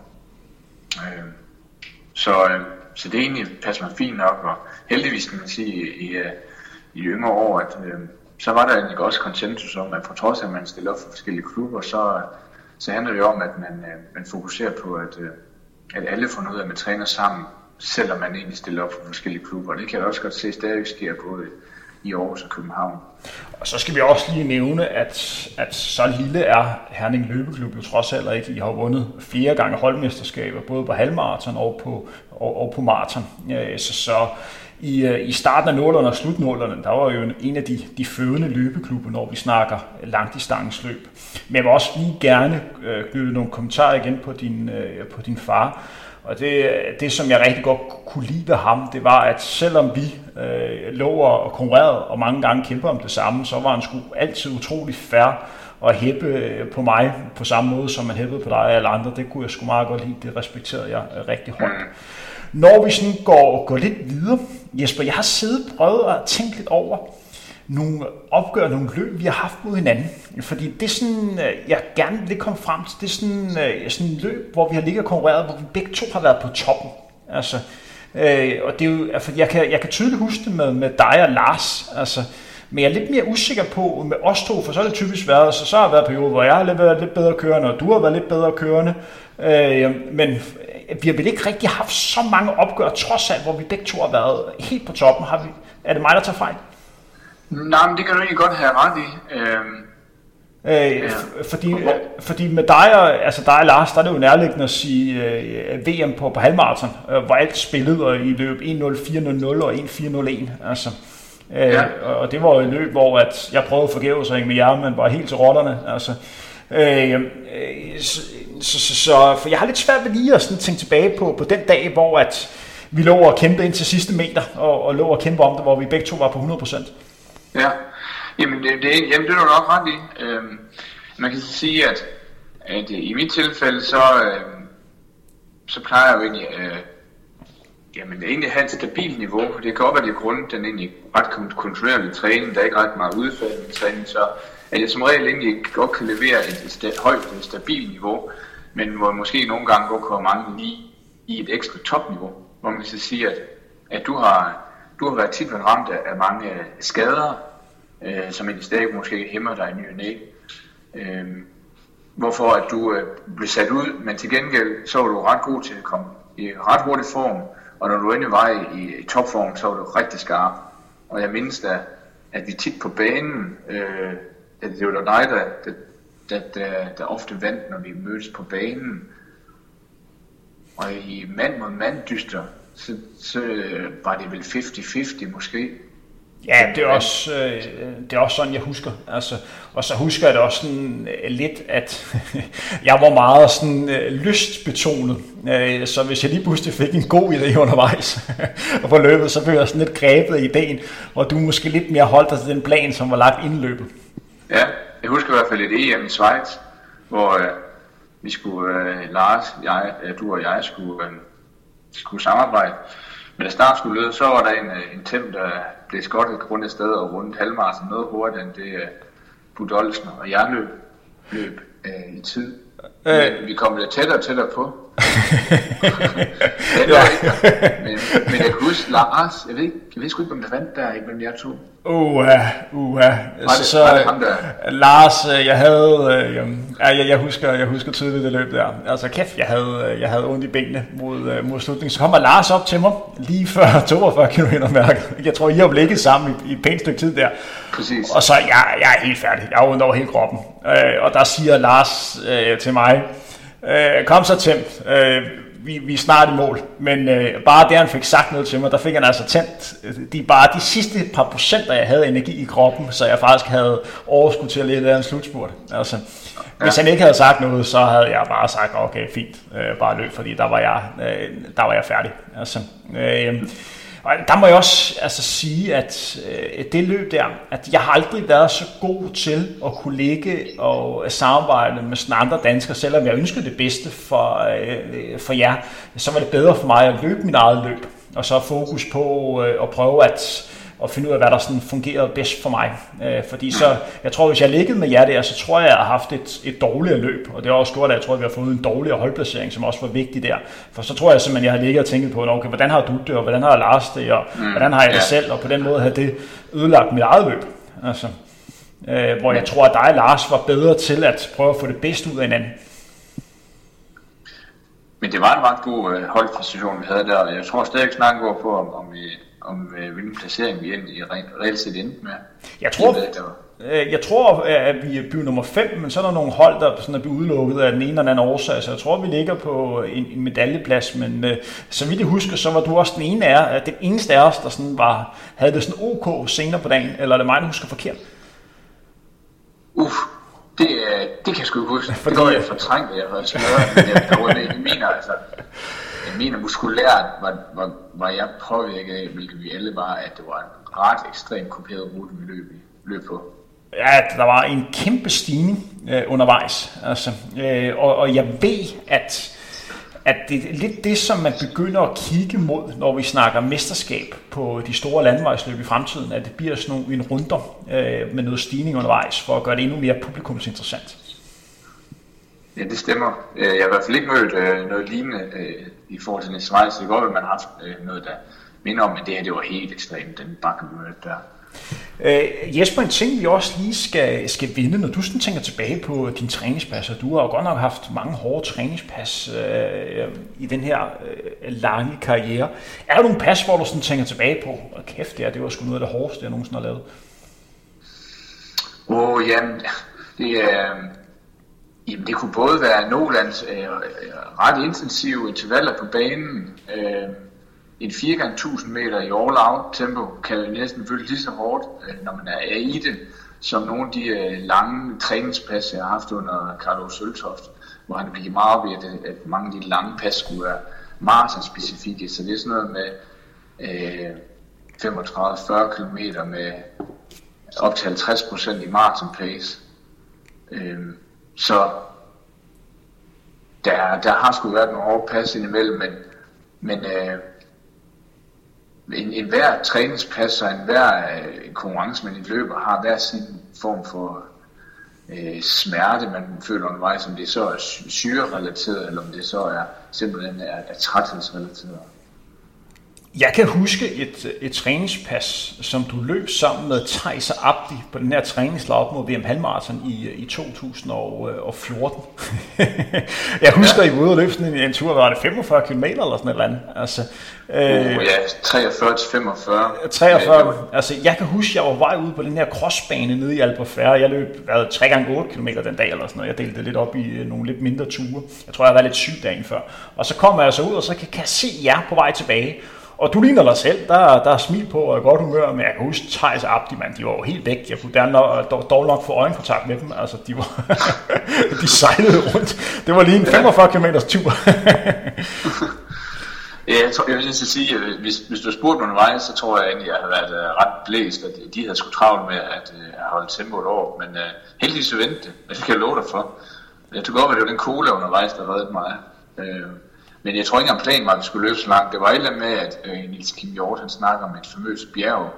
Så det er egentlig passer mig fint nok, og heldigvis kan man sige i yngre år, at så var der egentlig også konsensus om, at på trods af, at man stiller op for forskellige klubber, så handler det jo om, at man fokuserer på, at alle får noget af, at man træner sammen, selvom man egentlig stiller op for forskellige klubber. Og det kan jeg også godt se stadig sker både i Aarhus og København. Og så skal vi også lige nævne, at så lille er Herning Løbeklub jo trods alt ikke. I har vundet flere gange holdmesterskaber, både på halvmaraton og på maraton. Så i starten af 0'erne og slut 0'erne, der var jo en af de førende løbeklubber, når vi snakker langdistanceløb. Men jeg vil også lige gerne knytte nogle kommentarer igen på din far. Og det, som jeg rigtig godt kunne lide ved ham, det var, at selvom vi lå og konkurrerede og mange gange kæmpede om det samme, så var han sgu altid utrolig fair og hæppe på mig på samme måde, som man hæppede på dig og alle andre. Det kunne jeg sgu meget godt lide. Det respekterede jeg rigtig højt. Når vi sådan går lidt videre, Jesper, jeg har prøvet at tænke lidt over nogle opgør, nogle løb, vi har haft mod hinanden. Fordi det er sådan, jeg gerne vil komme frem til, det er sådan en løb, hvor vi har ligget og konkurreret, hvor vi begge to har været på toppen. Altså, og det er jo, altså, jeg kan tydeligt huske det med dig og Lars, altså, men jeg er lidt mere usikker på med os to, for så har det typisk været, så har jeg været perioder, hvor jeg har været lidt bedre kørende, og du har været lidt bedre kørende, men vi har vel ikke rigtig haft så mange opgør, trods alt, hvor vi begge to har været helt på toppen. Er det mig, der tager fejl? Nej, men det kan du egentlig godt have ret i. Fordi med dig og Lars, der er det jo nærliggende at sige VM på halvmaraton, hvor alt spillede og i løb 1.04.00 og 1.04.01. Altså. Og det var jo et løb, hvor at jeg prøvede forgæves at hænge med jer, men var helt til rotterne. Altså. For jeg har lidt svært ved lige at sådan tænke tilbage på den dag, hvor at vi lå og kæmpede ind til sidste meter, og lå og kæmpe om det, hvor vi begge to var på 100%. Ja, jamen det er du nok ret i. Man kan sige, at i mit tilfælde, så plejer jeg jo egentlig, egentlig at have et stabilt niveau. Det kan godt være, det er grundet den egentlig ret kontrollerende træning, der er ikke ret meget udfaldende træning, så at jeg som regel egentlig godt kan levere et højt, stabilt niveau, men hvor måske nogle gange godt kommer mange lige i et ekstra topniveau, hvor man kan sige, at du har været tit ramt af mange skader, som egentlig stadig måske hæmmer dig i ny og næ. Hvorfor at du blev sat ud, men til gengæld så var du ret god til at komme i ret hurtig form, og når du endelig var i topform, så var du rigtig skarp. Og jeg mindes da, at vi tit på banen, det var dig, der ofte vandt, når vi mødtes på banen. Og i mand mod mand dyster, så var det vel 50-50 måske. Ja, det er også sådan, jeg husker. Altså, og så husker jeg det også sådan lidt, at jeg var meget sådan lystbetonet. Så hvis jeg lige pludselig fik en god idé undervejs og på løbet, så blev jeg sådan lidt grebet af ideen, og du måske lidt mere holdt dig til den plan, som var lagt inden løbet. Ja, jeg husker i hvert fald et EM i Schweiz, hvor vi skulle, Lars, du og jeg skulle samarbejde. Men da start skulle løbe, så var der en Tim, der blev skottet rundt af sted og rundt halvmarathon noget hurtigere end det Budolsen og jeg løb i tid. Vi kom lidt tættere og tættere på. men jeg kan huske Lars, jeg ved sgu ikke, om der vandt der, ikke, hvem jeg tog. Så Lars, jeg husker tydeligt det løb der. Altså kæft, jeg havde ondt i benene mod slutningen. Så kommer Lars op til mig lige før 42 km mærket. Jeg tror, I har blikket sammen i et pænt stykke tid der. Præcis. Og så jeg er helt færdig. Jeg er ondt over hele kroppen. Og der siger Lars til mig, kom så Tim, vi er snart i mål, men bare der han fik sagt noget til mig, der fik han altså tændt de sidste par procenter, jeg havde energi i kroppen, så jeg faktisk havde overskud til at lede en slutspurt. Altså, hvis han ikke havde sagt noget, så havde jeg bare sagt, okay, fint, bare løb, fordi der var jeg færdig. Altså, og der må jeg også sige, at det løb der, at jeg har aldrig været så god til at kunne ligge og samarbejde med sådan andre danskere, selvom jeg ønskede det bedste for jer, så var det bedre for mig at løbe mit eget løb, og så fokus på at prøve at finde ud af, hvad der sådan fungerede bedst for mig. Fordi så, jeg tror, hvis jeg liggede med jer der, så tror jeg har haft et dårligere løb, og det har også gjort, at jeg tror, at vi har fået en dårligere holdplacering, som også var vigtig der. For så tror jeg simpelthen, jeg har ligget og tænkt på, okay, hvordan har du det, og hvordan har Lars det, og hvordan har jeg det selv, og på den måde har det ødelagt mit eget løb. Altså, hvor jeg tror, at dig, Lars, var bedre til at prøve at få det bedste ud af hinanden. Men det var en ret god holdpræcision, vi havde der, og jeg tror stadig snakken går på, om hvilken placering vi reelt set endte med. Jeg tror, at vi er blevet nummer 5, men så er der nogle hold, der sådan er blevet udelukket af den ene eller anden årsag, så jeg tror, vi ligger på en medaljeplads, men så vidt jeg husker, så var du også den eneste af os, der sådan havde det sådan ok senere på dagen, eller er det mig, der husker forkert? Det kan jeg sgu ikke huske. Fordi... Det var jeg fortrængt, at jeg havde smøret, men jeg mener muskulært var jeg påvirket af, hvilket vi alle var, at det var en ret ekstremt kuperet rute, vi løb på. Ja, der var en kæmpe stigning undervejs. Altså, og jeg ved, at det er lidt det, som man begynder at kigge mod, når vi snakker mesterskab på de store landevejsløb i fremtiden, at det bliver sådan nogle runder med noget stigning undervejs, for at gøre det endnu mere publikumsinteressant. Ja, det stemmer. Jeg har i hvert fald ikke mødt noget lignende i forhold til Niels Schweiz. Det går, at man har haft noget, der minder om, at det her det var helt ekstremt, den bakke vi mødte der. Jesper, en ting vi også lige skal vinde, når du sådan tænker tilbage på din træningspas, og du har jo godt nok haft mange hårde træningspas i den her lange karriere. Er der nogle pas, hvor du sådan tænker tilbage på, og kæft, det var sgu noget af det hårdeste, jeg nogensinde har lavet? Jamen, det kunne både være Nolands ret intensive intervaller på banen. En 4x1000 meter i all-out tempo kan jo næsten føles lige så hårdt, når man er i det, som nogle af de lange træningspas, jeg har haft under Carlo Søltoft, hvor han gik meget op i, at mange af de lange pas skulle være maratonspecifikke. Så det er sådan noget med 35-40 km med op til 50% i maraton pace. Så der har sgu været nogle hårde pas indimellem, men en hver træningspas og en hver konkurrence, man i løber har hver sin form for smerte, man føler undervejs, om det så er syrerelateret, eller om det så er simpelthen er træthedsrelateret. Jeg kan huske et træningspas, som du løb sammen med Theis Abdi på den her træningslag op mod VM halvmarathon i 2014. Jeg husker, I var ude og løb sådan en tur, var det 45 km eller sådan et eller andet? Altså, 43-45. 43, altså jeg kan huske, jeg var vej ude på den her crossbane nede i Albufeira. Jeg løb 3x8 km den dag eller sådan noget. Jeg delte det lidt op i nogle lidt mindre ture. Jeg tror, jeg var lidt syg dagen før. Og så kom jeg altså ud, og så kan jeg se jer på vej tilbage. Og du ligner dig selv, der er smil på og godt humør, men jeg kan huske Theis Abdi, de var jo helt væk. Jeg kunne dog nok få øjenkontakt med dem, altså de sejlede rundt. Det var lige en 45 km tur. Ja, jeg vil sige, hvis du spurgte undervejs, så tror jeg egentlig, at jeg havde været ret blæst, at de havde sgu travlt med at holde tempoet over, men heldigvis vendte det, det kan jeg love dig for. Jeg tror godt, at det var den cola undervejs, der reddede mig. Men jeg tror ikke, at planen var, at vi skulle løbe så langt. Det var et eller andet med, at Niels Kim Hjort, han snakker om et famøst bjerg,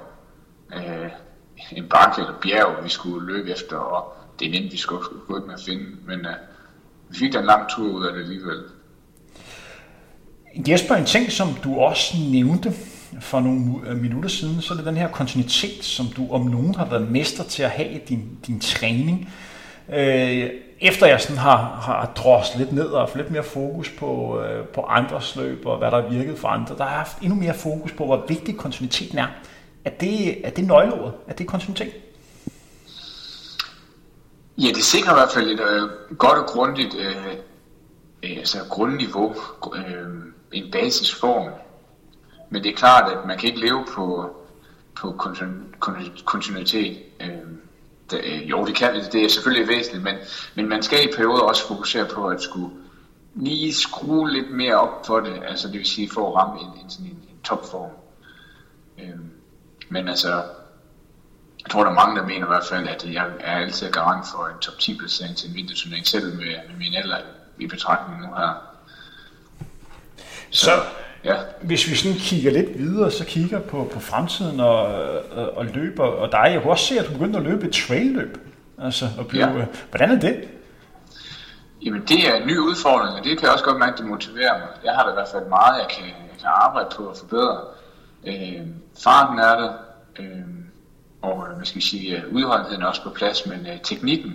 en bakke eller bjerg, vi skulle løbe efter, og det er nemt, vi skulle gå ikke med at finde, men vi fik da en lang tur ud af det alligevel. Jesper, en ting, som du også nævnte for nogle minutter siden, så er det den her kontinuitet, som du om nogen har været mester til at have i din træning. Efter jeg sådan har droslet lidt ned og haft lidt mere fokus på andres løb og hvad der har virket for andre, der har haft endnu mere fokus på, hvor vigtig kontinuiteten er. Er det nøgleordet? Er det kontinuitet? Ja, det sikrer i hvert fald et godt og grundigt grundniveau, en basisform. Men det er klart, at man kan ikke leve på kontinuitet. Jo, det kan det er selvfølgelig væsentligt, men man skal i perioder også fokusere på at skulle lige skrue lidt mere op for det, altså det vil sige for at ramme en topform. Men altså, jeg tror der er mange, der mener i hvert fald, at jeg er altid garant for en top 10 placering til en vinterturnering, selv med min alder i betragtning nu her. Så ja. Hvis vi sådan kigger lidt videre, så kigger på fremtiden og løber, og dig, jeg kunne også se, at du begyndte at løbe et trailløb. Altså, hvordan er det? Jamen, det er en ny udfordring, og det kan jeg også godt mærke, det motiverer mig. Jeg har da i hvert fald meget, jeg kan arbejde på at forbedre. Farten er der, og hvad skal vi sige, udholdenheden er også på plads, men teknikken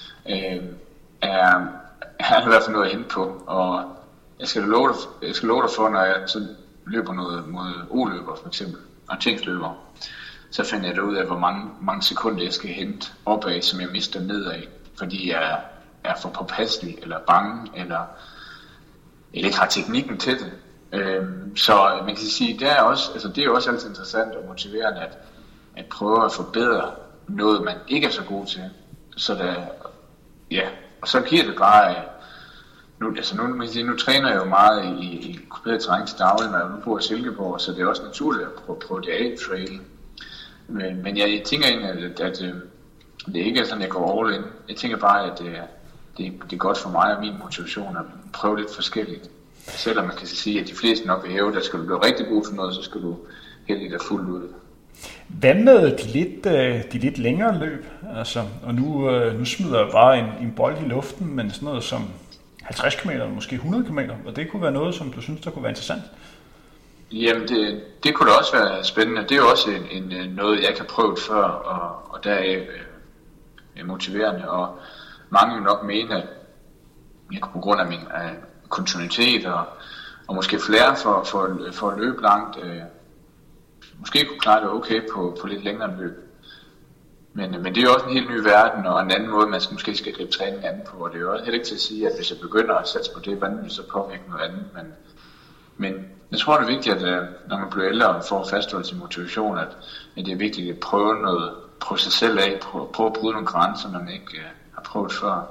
er i hvert fald noget at hente på, og jeg skal love dig for, når jeg så løber noget mod O-løber for eksempel, orienteringsløber, så finder jeg da ud af, hvor mange sekunder jeg skal hente opad, som jeg mister nedad, fordi jeg er for påpasselig, eller bange, eller ikke har teknikken til det. Så man kan sige, det er også altid interessant og motiverende at prøve at forbedre noget, man ikke er så god til. Og så giver det bare... Nu træner jeg jo meget i kuperet terræn til daglig, når jeg nu bor i Silkeborg, så det er også naturligt at prøve det af trail. Men jeg tænker egentlig, at det ikke er sådan, at jeg går all in. Jeg tænker bare, at det er godt for mig og min motivation at prøve lidt forskelligt. Selvom man kan sige, at de fleste nok vil hæve, at skal du blive rigtig god for noget, så skal du hælde dig fuldt ud. Hvad med de lidt længere løb? Altså, og nu smider jeg bare en bold i luften, men sådan noget som 50 km, måske 100 km, og det kunne være noget, som du synes, der kunne være interessant? Jamen, det kunne da også være spændende. Det er jo også noget, jeg ikke har prøvet før, og deraf motiverende, og mange vil nok mene, at jeg på grund af min kontinuitet og måske flere for at løbe langt, måske kunne klare det okay på lidt længere løb. Men det er jo også en helt ny verden, og en anden måde, man måske skal gribe træning an på. Og det er jo også heller ikke til at sige, at hvis jeg begynder at satse på det, hvordan vil så påvirke noget andet. Men jeg tror, det er vigtigt, at når man bliver ældre og får fastholdt sin motivation, at det er vigtigt at prøve sig selv af, prøve at bryde nogle grænser, man ikke har prøvet før.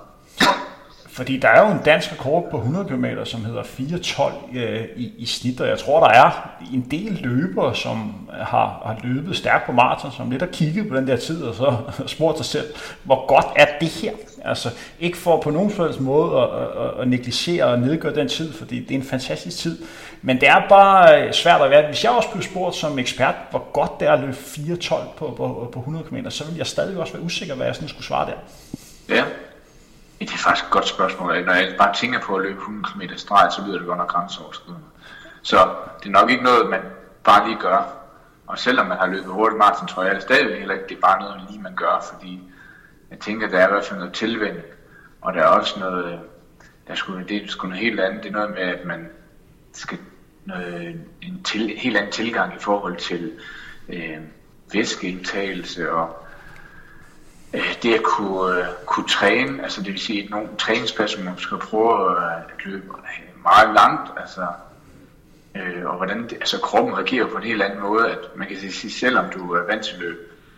Fordi der er jo en dansk rekord på 100 km, som hedder 4.12 i snit, og jeg tror, der er en del løbere, som har løbet stærkt på maraton, som lidt har kigget på den der tid, og så spurgt sig selv, hvor godt er det her? Altså, ikke for på nogen slags måde at negligere og nedgøre den tid, fordi det er en fantastisk tid, men det er bare svært at være. Hvis jeg også blev spurgt som ekspert, hvor godt det er at løbe 4.12 på 100 km, så ville jeg stadig også være usikker, hvad jeg sådan skulle svare der. Ja. Det er faktisk et godt spørgsmål. Når jeg bare tænker på at løbe 100 km streg, så lyder det godt nok grænseoverskridende. Så det er nok ikke noget, man bare lige gør. Og selvom man har løbet hurtigt maraton, tror jeg det stadigvæk heller ikke, det er bare noget, lige man gør. Fordi jeg tænker, der er i hvert fald noget tilvænning. Og der er også noget, det er sgu noget helt andet. Det er noget med, at man skal en helt anden tilgang i forhold til væskeindtagelse og det at kunne træne, altså det vil sige nogle træningspas, hvor man skal prøve at løbe meget langt, altså, og hvordan kroppen reagerer på en helt anden måde, at man kan sige, selvom du er vant til at løbe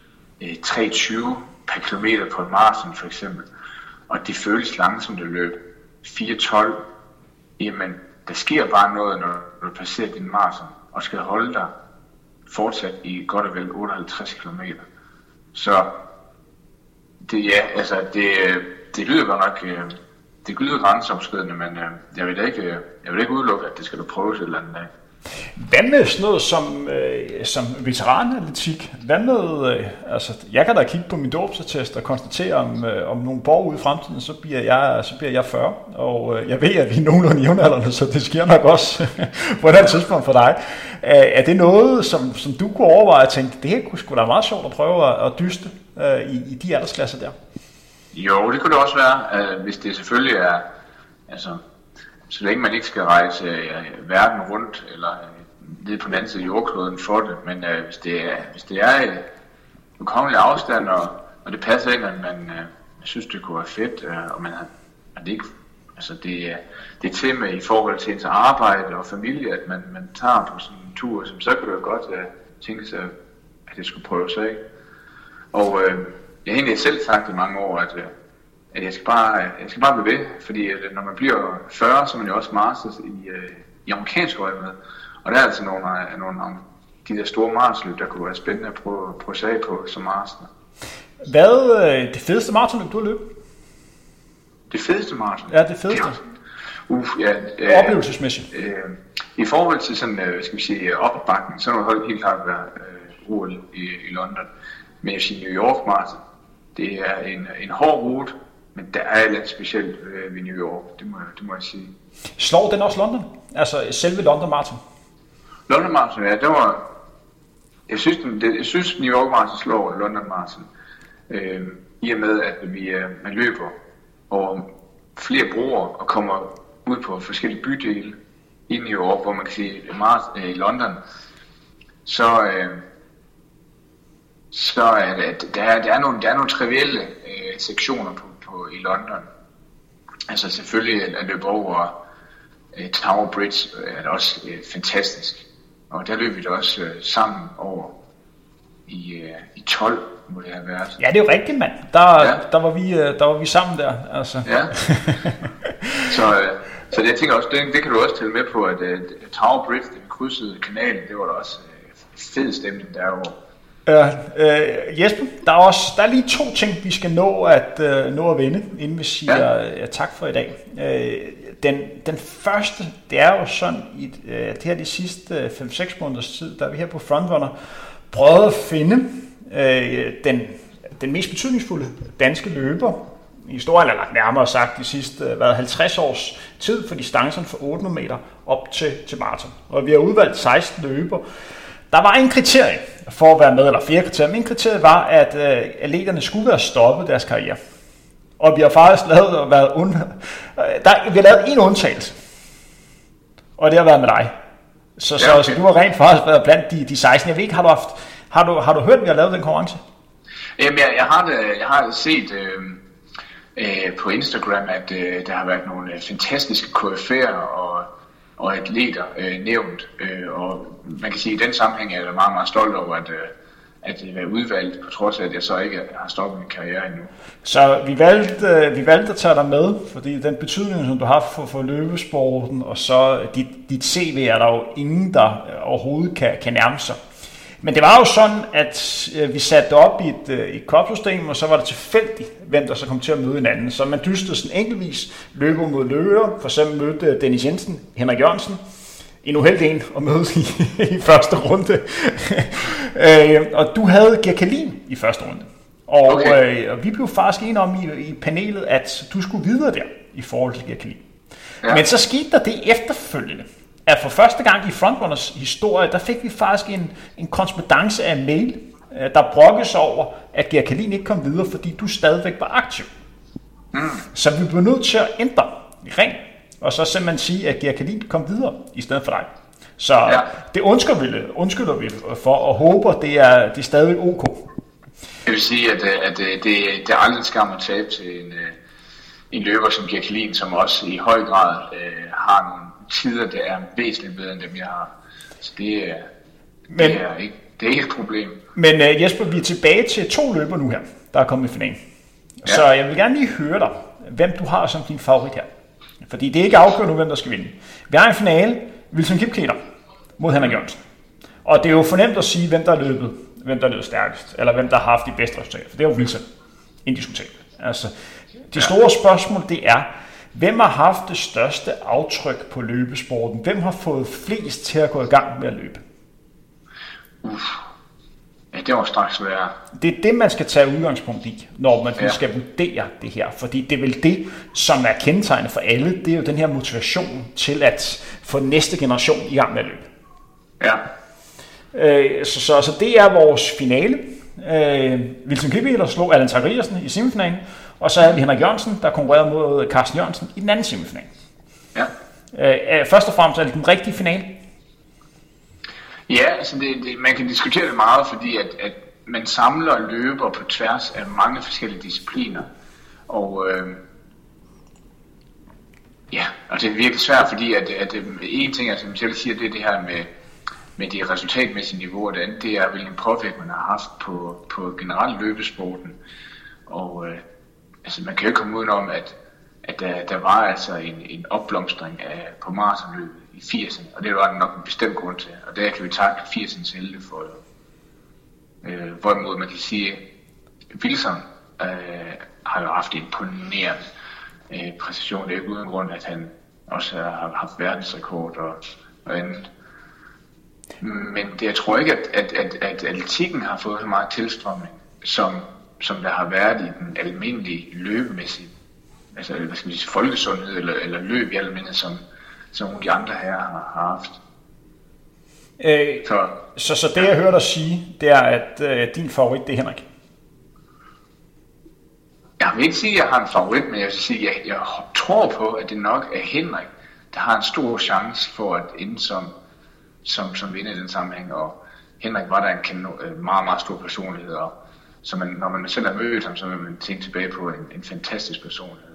3,20 per kilometer på en maraton for eksempel, og det føles langsomt at løbe 4,12, jamen der sker bare noget, når du passerer din maraton, og skal holde dig fortsat i godt og vel 58 kilometer. Så det lyder godt nok det lyder grænseoverskridende, men jeg vil ikke udelukke, at det skal du prøve et eller andet dag. Hvad med sådan noget som veteranatletik? Hvad med, jeg kan da kigge på min dåbsattest og konstatere om nogle år ude i fremtiden, så bliver jeg 40, og jeg ved, at vi er nogenlunde jævnaldrende, så det sker nok også på et andet tidspunkt for dig. Er det noget, som du kunne overveje at tænke, det her kunne sgu da være meget sjovt at prøve at dyste i de aldersklasser der? Jo, det kunne det også være, hvis det selvfølgelig er, så længe man ikke skal rejse verden rundt, eller ned på den anden side af jordkloden for det, men hvis det er en kongelig afstand, og det passer ind, at man synes, det kunne være fedt, og man har, at det ikke, det er til med i forhold til ens arbejde og familie, at man tager på sådan en tur, så kan det jo godt tænke sig, at det skulle prøves af. Og jeg har egentlig selv sagt i mange år, at jeg skal bare blive ved, fordi når man bliver 40, så er man jo også masters i amerikansk øje med. Og der er altså nogle af de der store maratonløb, der kunne være spændende at prøve sig af på som master. Hvad er det fedeste maratonløb, du har løbet? Det fedeste maraton? Ja, det fedeste. Oplevelsesmæssigt. I forhold til sådan, opbakning, så har det helt klart været OL i London. Men jeg siger New York Marathon, det er en hård rute, men der er lidt specielt ved New York, det må jeg sige. Slår den også London? Altså selve London Marathon? London Marathon, ja, det var... Jeg synes New York Marathon slår London Marathon. I og med, at man løber over flere broer og kommer ud på forskellige bydele i New York, hvor man kan sige, i London, så er der er nogle trivielle sektioner i London. Altså selvfølgelig at løbe over Tower Bridge er det også fantastisk. Og der løb vi da også sammen over i 12, må det have været. Ja, det er jo rigtigt, mand. Der var vi sammen der. Altså. Ja. Så det, jeg tænker også, det kan du også tælle med på, at Tower Bridge, den krydsede kanalen, det var da også fed stemning derovre. Jesper, der er lige 2 ting, vi skal nå at vende, inden vi siger tak for i dag. Den første, det er jo sådan, det her de sidste 5-6 måneders tid, der er vi her på Frontrunner, prøvet at finde den mest betydningsfulde danske løber i historien, eller nærmere sagt de sidste 50 års tid for distancen fra 800 meter op til maraton. Og vi har udvalgt 16 løber. Der var en kriterie for at være med, eller flere kriterier, men en kriterie var, at atleterne skulle være stoppet deres karriere. Og vi har faktisk vi har lavet en undtagelse, og det har været med dig. Så du har rent faktisk været blandt de 16. Jeg ved ikke, har du hørt, at vi har lavet den konkurrence? Jamen, jeg har set på Instagram, at der har været nogle fantastiske KF'er og atleter nævnt, og man kan sige, at i den sammenhæng er jeg meget, meget stolt over, at være udvalgt, på trods af, at jeg så ikke har stoppet min karriere endnu. Så vi valgte at tage dig med, fordi den betydning, som du har for løbesporten, og så dit CV, er der jo ingen, der overhovedet kan nærme sig. Men det var jo sådan, at vi satte det op i et kopsystem, og så var det tilfældigt, hvem der så kom til at møde hinanden. Så man dystede sådan enkeltvis løber mod løber. For eksempel mødte Dennis Jensen, Henrik Jørgensen, en uheldig en at møde i første runde. Og du havde Gert Kjellin i første runde. Og vi blev faktisk enige om i panelet, at du skulle videre der i forhold til Gert Kjellin. Ja. Men så skete der det efterfølgende, at for første gang i Frontrunners historie, der fik vi faktisk en korrespondance af mail, der brokkes over, at Gert Kjellin ikke kom videre, fordi du stadigvæk var aktiv. Så vi blev nødt til at ændre ring, og så simpelthen sige, at Gert Kjellin kom videre i stedet for dig. Så det undskylder vi for, og håber, det er stadig ok. Jeg vil sige, at det er aldrig en skam at tabe til en løber som Gert Kjellin, som også i høj grad har nogle tider, der er væsentligt bedre end dem, jeg har. Så det er ikke et problem. Men Jesper, vi er tilbage til 2 løber nu her, der er kommet i finalen. Ja. Så jeg vil gerne lige høre dig, hvem du har som din favorit her. Fordi det er ikke afgjort nu, hvem der skal vinde. Vi har en finale, Wilson Kipketer mod Henrik Jørgensen. Og det er jo fornemt at sige, hvem der er løbet stærkest, eller hvem der har haft de bedste resultater. For det er jo Wilson, indiskutabelt. Altså, det store spørgsmål, det er, Hvem har haft det største aftryk på løbesporten? Hvem har fået flest til at gå i gang med at løbe? Ja, det var straks være. Det er det, man skal tage udgangspunkt i, når man skal vurdere det her. Fordi det er vel det, som er kendetegnet for alle. Det er jo den her motivation til at få næste generation i gang med at løbe. Ja. Så det er vores finale. Wilson Kipkeler slog Allan Zachariasen i semifinalen, og så havde vi Henrik Jørgensen, der konkurrerede mod Carsten Jørgensen i den anden semifinal. Ja. Først og fremmest er det den rigtige finale. Ja, altså man kan diskutere det meget, fordi at man samler løber på tværs af mange forskellige discipliner. Og og det er virkelig svært, fordi at en ting, som jeg selv siger, det er det her med det resultatmæssige niveau, og det andet, det er hvilken påvirkning man har haft på generelt løbesporten. Og altså man kan jo ikke komme udenom, at der var altså en opblomstring på maratonløbet i 80'erne, og det var der nok en bestemt grund til. Og der kan vi takke 80'ernes helte for, hvorimod man kan sige, Wilson har jo haft en imponerende præcision. Det er ikke uden grund, at han også har haft verdensrekord og andet. Men jeg tror ikke, at atletikken har fået så meget tilstrømning, som der har været i den almindelige løbemæssige, altså hvad skal vi sige, folkesundhed eller løb i almindelighed, som nogle af de andre her har haft. Så det jeg hørte dig sige, det er, at din favorit, det er Henrik? Jeg vil ikke sige, at jeg har en favorit, men jeg vil sige, at jeg tror på, at det nok er Henrik, der har en stor chance for at ende som vinder i den sammenhæng. Og Henrik var der en meget, meget stor personlighed, og så når man selv har mødt ham, så vil man tænke tilbage på en fantastisk personlighed.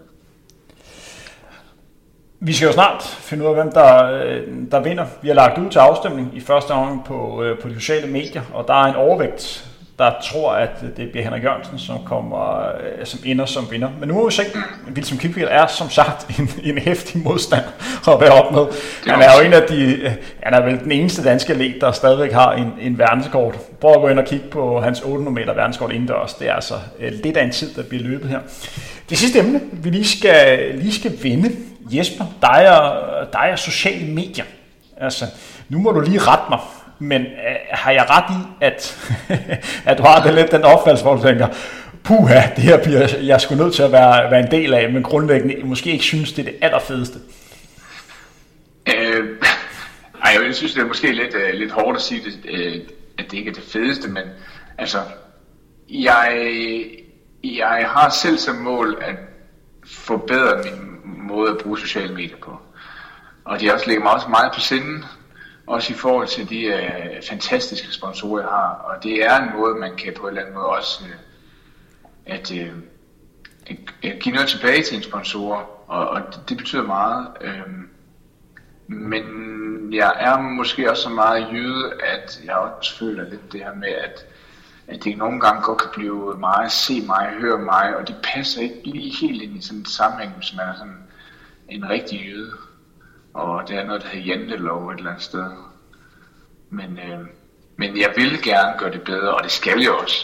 Vi skal jo snart finde ud af, hvem der vinder. Vi har lagt ud til afstemning i første omgang på de sociale medier, og der er en overvægt, der tror, at det bliver Henrik Jørgensen, som ender som vinder. Men nu må vi se, Wilson Kipkeler er som sagt en heftig modstander at være op med. Han er jo han er vel den eneste danske atlet, der stadigvæk har en verdenskort. Prøv at gå ind og kigge på hans 800 meter verdenskort indendørs. Det er altså lidt af en tid, der bliver løbet her. Det sidste emne, vi lige skal vende, Jesper, der er sociale medier. Altså, nu må du lige rette mig. Men har jeg ret i, at du har det lidt den opfattelse, hvor du tænker, puha, det her bliver jeg sgu nødt til at være en del af, men grundlæggende måske ikke synes, det er det allerfedeste? Jeg synes, det er måske lidt hårdt at sige, at det ikke er det fedeste, men altså, jeg har selv som mål at forbedre min måde at bruge sociale medier på. Og de også ligger mig også meget på sinden, også i forhold til de fantastiske sponsorer, jeg har. Og det er en måde, man kan på en eller anden måde også at give noget tilbage til en sponsor. Og det betyder meget. Men jeg er måske også så meget jyde, at jeg også føler lidt det her med, at det nogle gange godt kan blive meget se mig, høre mig, og det passer ikke lige helt ind i sådan en sammenhæng, hvis man er sådan en rigtig jyde. Og det er noget, der hedder jantelov et eller andet sted. Men jeg vil gerne gøre det bedre, og det skal jeg også.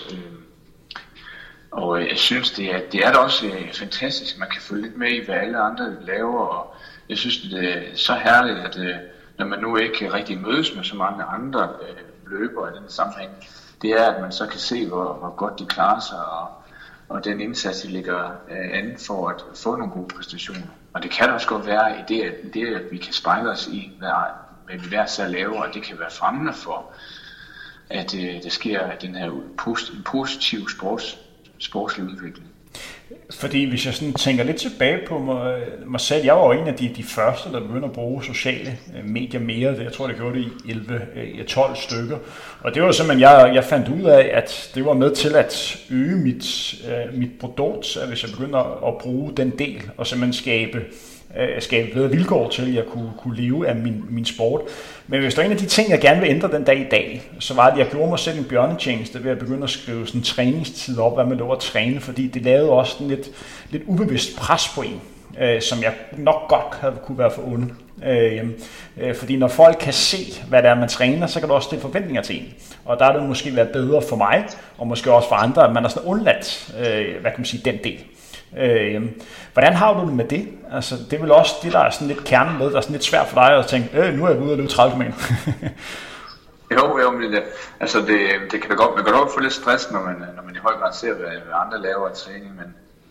Og jeg synes, det er da også fantastisk. Man kan følge lidt med i, hvad alle andre laver. Og jeg synes, det er så herligt, at når man nu ikke rigtig mødes med så mange andre løbere i den sammenhæng, det er, at man så kan se, hvor godt de klarer sig, og den indsats, de ligger an for at få nogle gode præstationer. Og det kan også godt være i det, at vi kan spejle os i, hvad vi hver sær laver, og det kan være fremmende for, at der sker den her positiv sportslig udvikling. Fordi hvis jeg sådan tænker lidt tilbage på mig selv, jeg var jo en af de første, der begyndte at bruge sociale medier mere. Jeg tror, det gjorde det i 12 stykker. Og det var simpelthen, jeg fandt ud af, at det var med til at øge mit produkt, hvis jeg begyndte at bruge den del, og simpelthen skabe bedre vilkår til, at jeg kunne leve af min sport. Men hvis der er en af de ting, jeg gerne vil ændre den dag i dag, så var det, at jeg gjorde mig selv en bjørnetjeneste ved at begynde at skrive sådan træningstid op, hvad man lå at træne, fordi det lavede også en lidt ubevidst pres på en, som jeg nok godt kunne være forundet. Fordi når folk kan se, hvad det er, man træner, så kan du også stille forventninger til en. Og der er det måske været bedre for mig, og måske også for andre, at man har sådan undladt, hvad kan man sige, den del. Hvordan har du det med det? Altså, det er vel også det, der er sådan lidt kernen med, der er sådan lidt svært for dig at tænke, nu er jeg ude og løbe 30 km. Jo, men det kan da godt, man kan godt få lidt stress, når man i høj grad ser, hvad andre laver af træning, men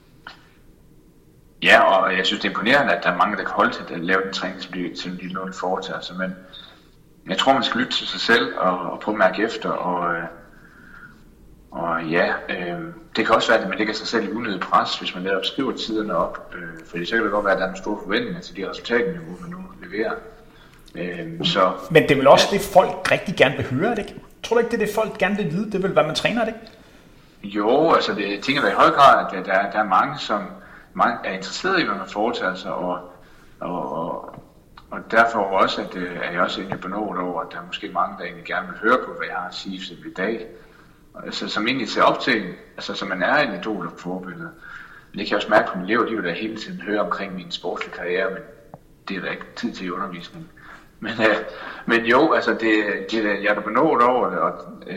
ja, og jeg synes, det er imponerende, at der er mange, der kan holde til at lave den træning, som de nu foretager sig, men jeg tror, man skal lytte til sig selv og prøve at mærke efter, det kan også være, at man lægger sig selv i unødigt pres, hvis man netop skriver tiderne op, fordi så kan det godt være, at der er nogle store forventninger til de resultatniveau, man nu leverer. Men det er vel også det, folk rigtig gerne vil høre, det ikke? Tror du ikke, det er det, folk gerne vil vide? Det vil, hvad man træner, det ikke? Jo, altså det tænker jeg i høj grad, at der er mange, som er interesseret i, hvad man foretager sig, og derfor også, at er jeg også egentlig benådet over, at der er måske mange, der egentlig gerne vil høre på, hvad jeg har at sige i dag. Altså, som egentlig ser op til, altså som man er en idol og forbillede. Men det kan jeg også mærke på mine elever, de vil da hele tiden høre omkring min sportslige karriere, men det er der ikke tid til i undervisning. Men jo, altså jeg er da benådet over det, og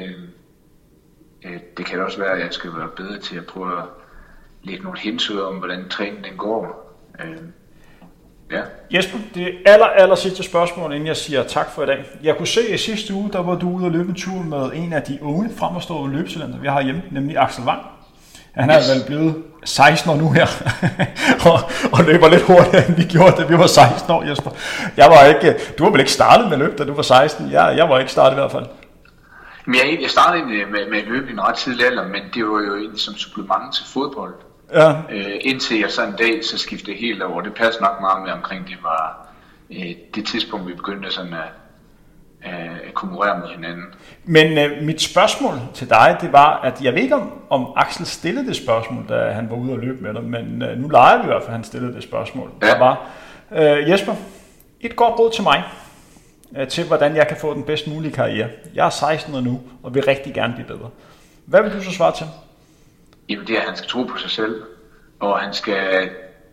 det kan også være, at jeg skal være bedre til at prøve at lægge nogle hints ud om, hvordan træningen den går. Ja. Jesper, det aller sidste spørgsmål, inden jeg siger tak for i dag. Jeg kunne se, at sidste uge, der var du ude og løbe en tur med en af de unge fremadstående løbetalenter, vi har hjemme, nemlig Axel Wang. Han er vel blevet 16 år nu her, og løber lidt hurtigere, end vi gjorde, da vi var 16 år, Jesper. Du var vel ikke startet med at løbe, da du var 16? Jeg var ikke startet i hvert fald. Jeg startede med at løbe i en ret tidlig alder, men det var jo egentlig som supplement til fodbold. Ja. Indtil jeg så en dag, så skiftede helt over. Det passer nok meget med omkring, det var det tidspunkt, vi begyndte sådan at konkurrere med hinanden. Men mit spørgsmål til dig, det var, at jeg ved ikke, om Axel stillede det spørgsmål, da han var ude og løbe med dig, men nu leger vi i hvert fald, at han stillede det spørgsmål. Ja. Der var, Jesper, et godt råd til mig, til hvordan jeg kan få den bedst mulige karriere. Jeg er 16 år nu, og vil rigtig gerne blive bedre. Hvad vil du så svare til? Jamen det er, at han skal tro på sig selv, og han skal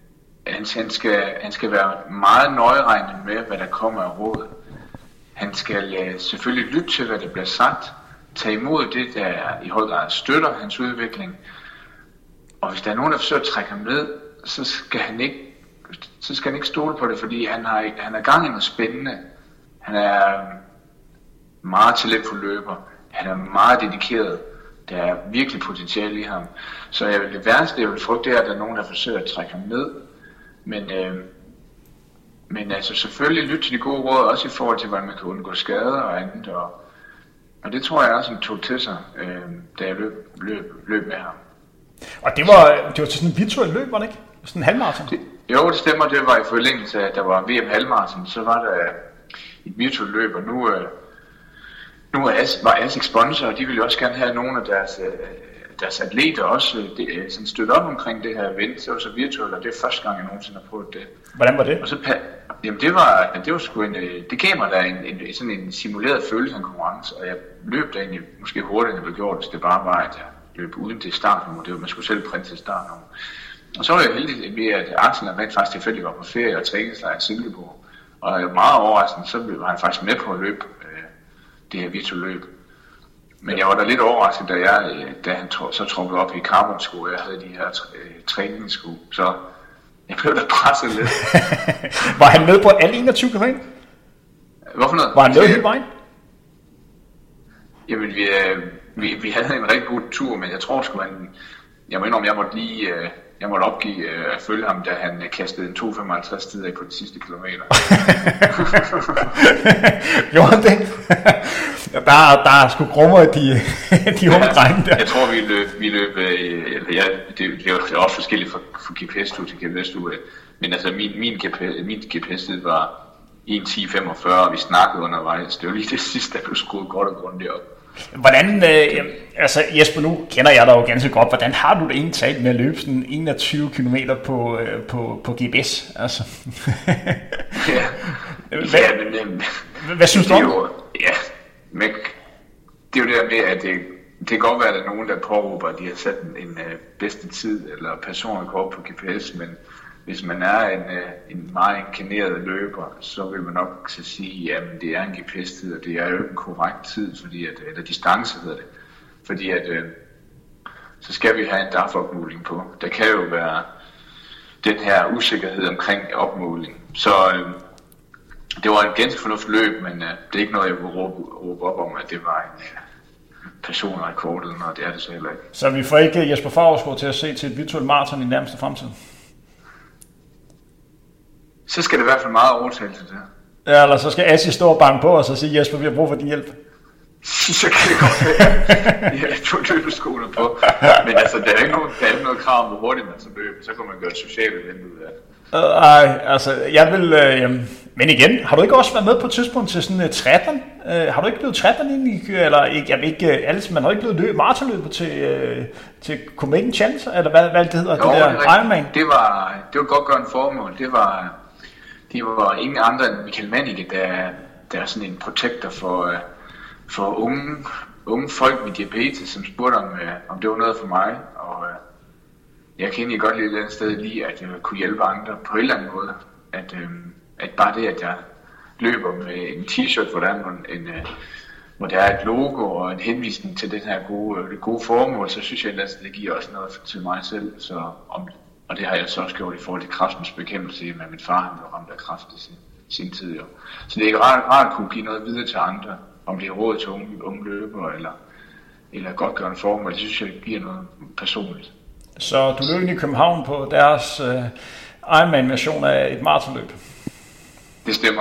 være meget nøjeregnende med, hvad der kommer af råd. Han skal selvfølgelig lytte til, hvad der bliver sagt, tage imod det, der i høj grad støtter hans udvikling, og hvis der er nogen, der forsøger at trække ham ned, så skal han ikke stole på det, fordi han er gang i noget spændende. Han er meget talentfuld løber, han er meget dedikeret. Der er virkelig potentiale i ham. Så det værste, jeg vil frygte, er, at der er nogen, der forsøger at trække ham ned. Men altså selvfølgelig lytte til de gode råd, også i forhold til, hvordan man kan undgå skader og andet. Og det tror jeg også, han tog til sig, da jeg løb med ham. Og det var til sådan en virtuel løb, var det ikke? Sådan en halvmarathon? Jo, det stemmer. Det var i forlængelse af, at der var VM halvmarathon. Så var der et virtuelt løb, og nu var ASICS sponsor, og de ville også gerne have nogle af deres atleter også sådan støtte op omkring det her event. Det var så virtuelt, og det er første gang, jeg nogensinde har prøvet det. Hvordan var det? Og så, jamen det var sgu det gav mig da sådan en simuleret følelse af en konkurrence, og jeg løb da egentlig måske hurtigere, end jeg blev gjort, hvis det bare var, at jeg løb uden til startnummer. Man skulle selv printe til startnummer. Og så var jeg heldig ved, at Axel rent faktisk tilfældigt var på ferie og træningslejr i Silkeborg. Og jeg var meget overraskende, så var han faktisk med på at løbe det her virtuelle løb. Men jeg var da lidt overrasket, da han så troppede op i carbonsko, og jeg havde de her træningssko, så jeg blev da presset lidt. Var han med på alle 21 km? Hvorfor noget? Var han med hele vejen? Jamen, vi havde en rigtig god tur, men jeg tror sgu, jeg må indrømme, jeg måtte opgive at følge ham, da han kastede en 2,55 tid af på de sidste kilometer. Gjorde han det? Der er sgu grummer i de unge drenge der. Jeg tror, vi løb det var også forskelligt fra GPS-stue til GPS-stue. Men altså, min GPS-tid var 1:10:45, og vi snakkede undervejs. Det var lige det sidste, der blev skruet godt og grundigt op. Hvordan, altså Jesper, nu kender jeg dig jo ganske godt. Hvordan har du det egentlig talt med at løbe sådan 21 km på GPS? Altså. Hvad synes du om? Ja, men det er jo det med, at det kan godt være, at der er nogen, der påråber, at de har sat en bedste tid eller personrekord på GPS, men hvis man er en meget inkarneret løber, så vil man nok sige, at det er en GPS-tid, og det er jo ikke en korrekt tid, eller distance hedder det, fordi at så skal vi have en DAF-opmåling på. Der kan jo være den her usikkerhed omkring opmåling. Så det var en ganske fornuftig løb, men det er ikke noget, jeg vil råbe op om, at det var en personrekord eller noget, det er det så heller ikke. Så vi får ikke Jesper Favrskov til at se til et virtuelt maraton i nærmeste fremtid? Så skal det i hvert fald meget overtagelse til. Ja, eller så skal Asi stå og banke på og så sige, Jesper, vi har brug for din hjælp. Så kan det godt være. Jeg har 2 løbeskoler på. Men altså, der er ikke noget krav om, hvor hurtigt man så løber. Så kan man gøre et socialt event ud af det. Altså, jeg vil... men igen, har du ikke også været med på et tidspunkt til sådan et triathlon? Har du ikke blevet triathlon egentlig? Eller man har ikke blevet maratonløbet til Copenhagen Challenge? Eller hvad det hedder? Jo, det der Ironman? Det var godt gøre en formål. Det var ingen andre end Michael Mannicke, der er sådan en protector for unge folk med diabetes, som spurgte om det var noget for mig. Og jeg kan egentlig godt lide et eller andet sted lige, at jeg kunne hjælpe andre på en eller anden måde. At bare det, at jeg løber med en t-shirt, hvor der er et logo og en henvisning til det her gode formål, så synes jeg, at det giver også noget til mig selv. Og det har jeg så også gjort i forhold til kræftens bekæmpelse med min far, han blev ramt af kræft i sin tid. Jo. Så det er rart at kunne give noget videre til andre, om det er råd til unge løbere eller godgørende formål. Det synes jeg giver noget personligt. Så du løb ind i København på deres Ironman-version af et maratonløb? Det stemmer.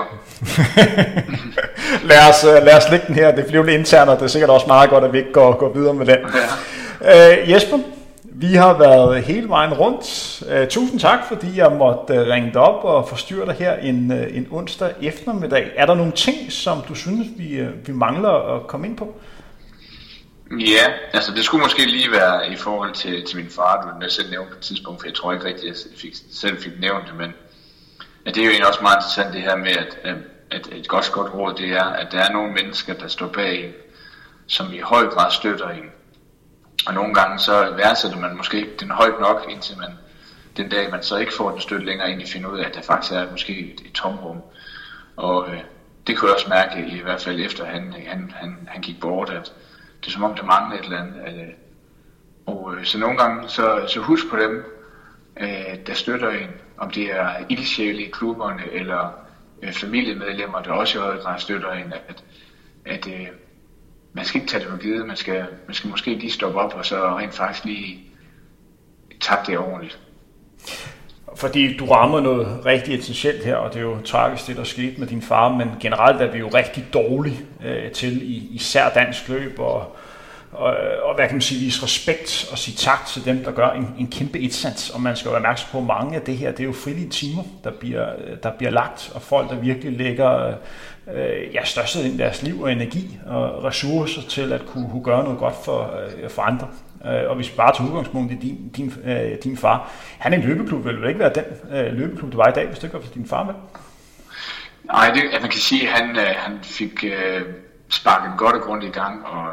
lad os lægge den her. Det bliver lidt internt, og det er sikkert også meget godt, at vi ikke går videre med den. Ja. Jesper, vi har været hele vejen rundt. Tusind tak, fordi jeg måtte ringe dig op og forstyrre dig her en onsdag eftermiddag. Er der nogle ting, som du synes, vi mangler at komme ind på? Ja, altså det skulle måske lige være i forhold til min far, du har selv nævnt på et tidspunkt, for jeg tror ikke rigtig, at jeg selv fik nævnt det, men det er jo egentlig også meget interessant det her med, at et godt råd, det er, at der er nogle mennesker, der står bag en, som i høj grad støtter en. Og nogle gange så værdsætter man måske ikke den højt nok, indtil den dag man så ikke får den støtte længere, egentlig finder ud af, at der faktisk er måske et tomrum. Og det kunne jeg også mærke, i hvert fald efter han gik bort, at det er som om, der mangler et eller andet. Og så nogle gange, så husk på dem, der støtter en. Om det er ildsjæle i klubberne, eller familiemedlemmer, der også i høj grad støtter en. At man skal ikke tage det for givet. Man skal måske lige stoppe op, og så rent faktisk lige tage det ordentligt. Fordi du rammer noget rigtig essentielt her, og det er jo tragisk det, der skete med din far, men generelt er vi jo rigtig dårlige til især dansk løb, og hvad kan man sige, vise respekt og sige tak til dem, der gør en kæmpe indsats. Og man skal jo være opmærksom på, mange af det her, det er jo frivillige timer, der bliver lagt, og folk, der virkelig lægger størstedelen af deres liv og energi og ressourcer til at kunne gøre noget godt for andre. Og hvis vi bare tager udgangspunkt i din far, han er en løbeklub, vil det ikke være den løbeklub, du var i dag, hvis det ikke var for din far med? Nej, man kan sige, at han fik sparket godt og grundigt i gang, og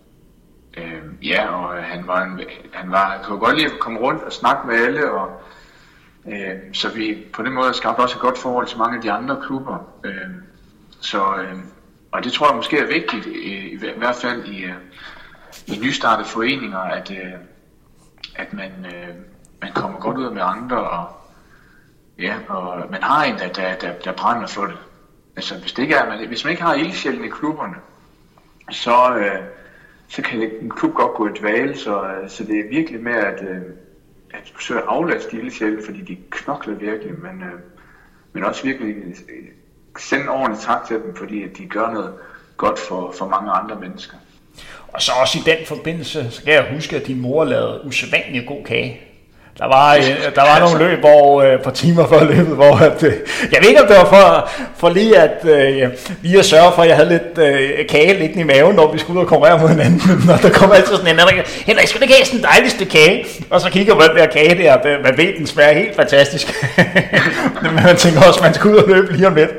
og han kunne godt lide at komme rundt og snakke med alle, og så vi på den måde skabte også et godt forhold til mange af de andre klubber. Og det tror jeg måske er vigtigt, i hvert fald i nystartede foreninger, at man kommer godt ud med andre, og man har en, der brænder for det. Altså hvis man ikke har ildsjælen i klubberne, så kan en klub godt gå i dvale, så det er virkelig med at forsøge at aflaste de ildsjæle, fordi de knokler virkelig, men også virkelig sende ordentligt tak til dem, fordi at de gør noget godt for mange andre mennesker. Og så også i den forbindelse, så kan jeg huske, at din mor lavede usædvanlig god kage. Der var nogle løb, hvor på timer før løbet, hvor jeg ved ikke, om det var for lige at sørge for, at jeg havde lidt kage liggende i maven, når vi skulle ud og konkurrere mod hinanden. Og der kom altid sådan en anden, Henrik, skal du ikke have sådan en dejlig stykke kage? Og så kigger man på den der kage der, man ved, den smager helt fantastisk. Men man tænker også, at man skal ud og løbe lige om lidt.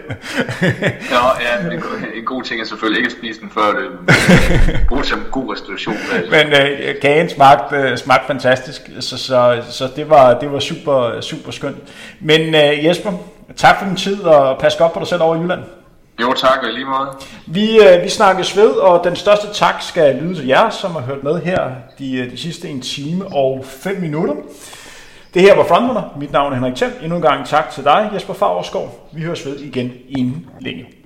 En god ting er selvfølgelig ikke at spise den før løbet. Brug som god restitution. Men kagen smagte fantastisk, så det var super, super skønt. Men Jesper, tak for din tid, og pas godt på dig selv over i Jylland. Jo, tak, og lige måde. Vi snakkes ved, og den største tak skal lyde til jer, som har hørt med her de sidste 1 time og 5 minutter. Det her var Frontrunner. Mit navn er Henrik Thiem. Endnu en gang tak til dig, Jesper Favrskov. Vi høres ved igen inden længe.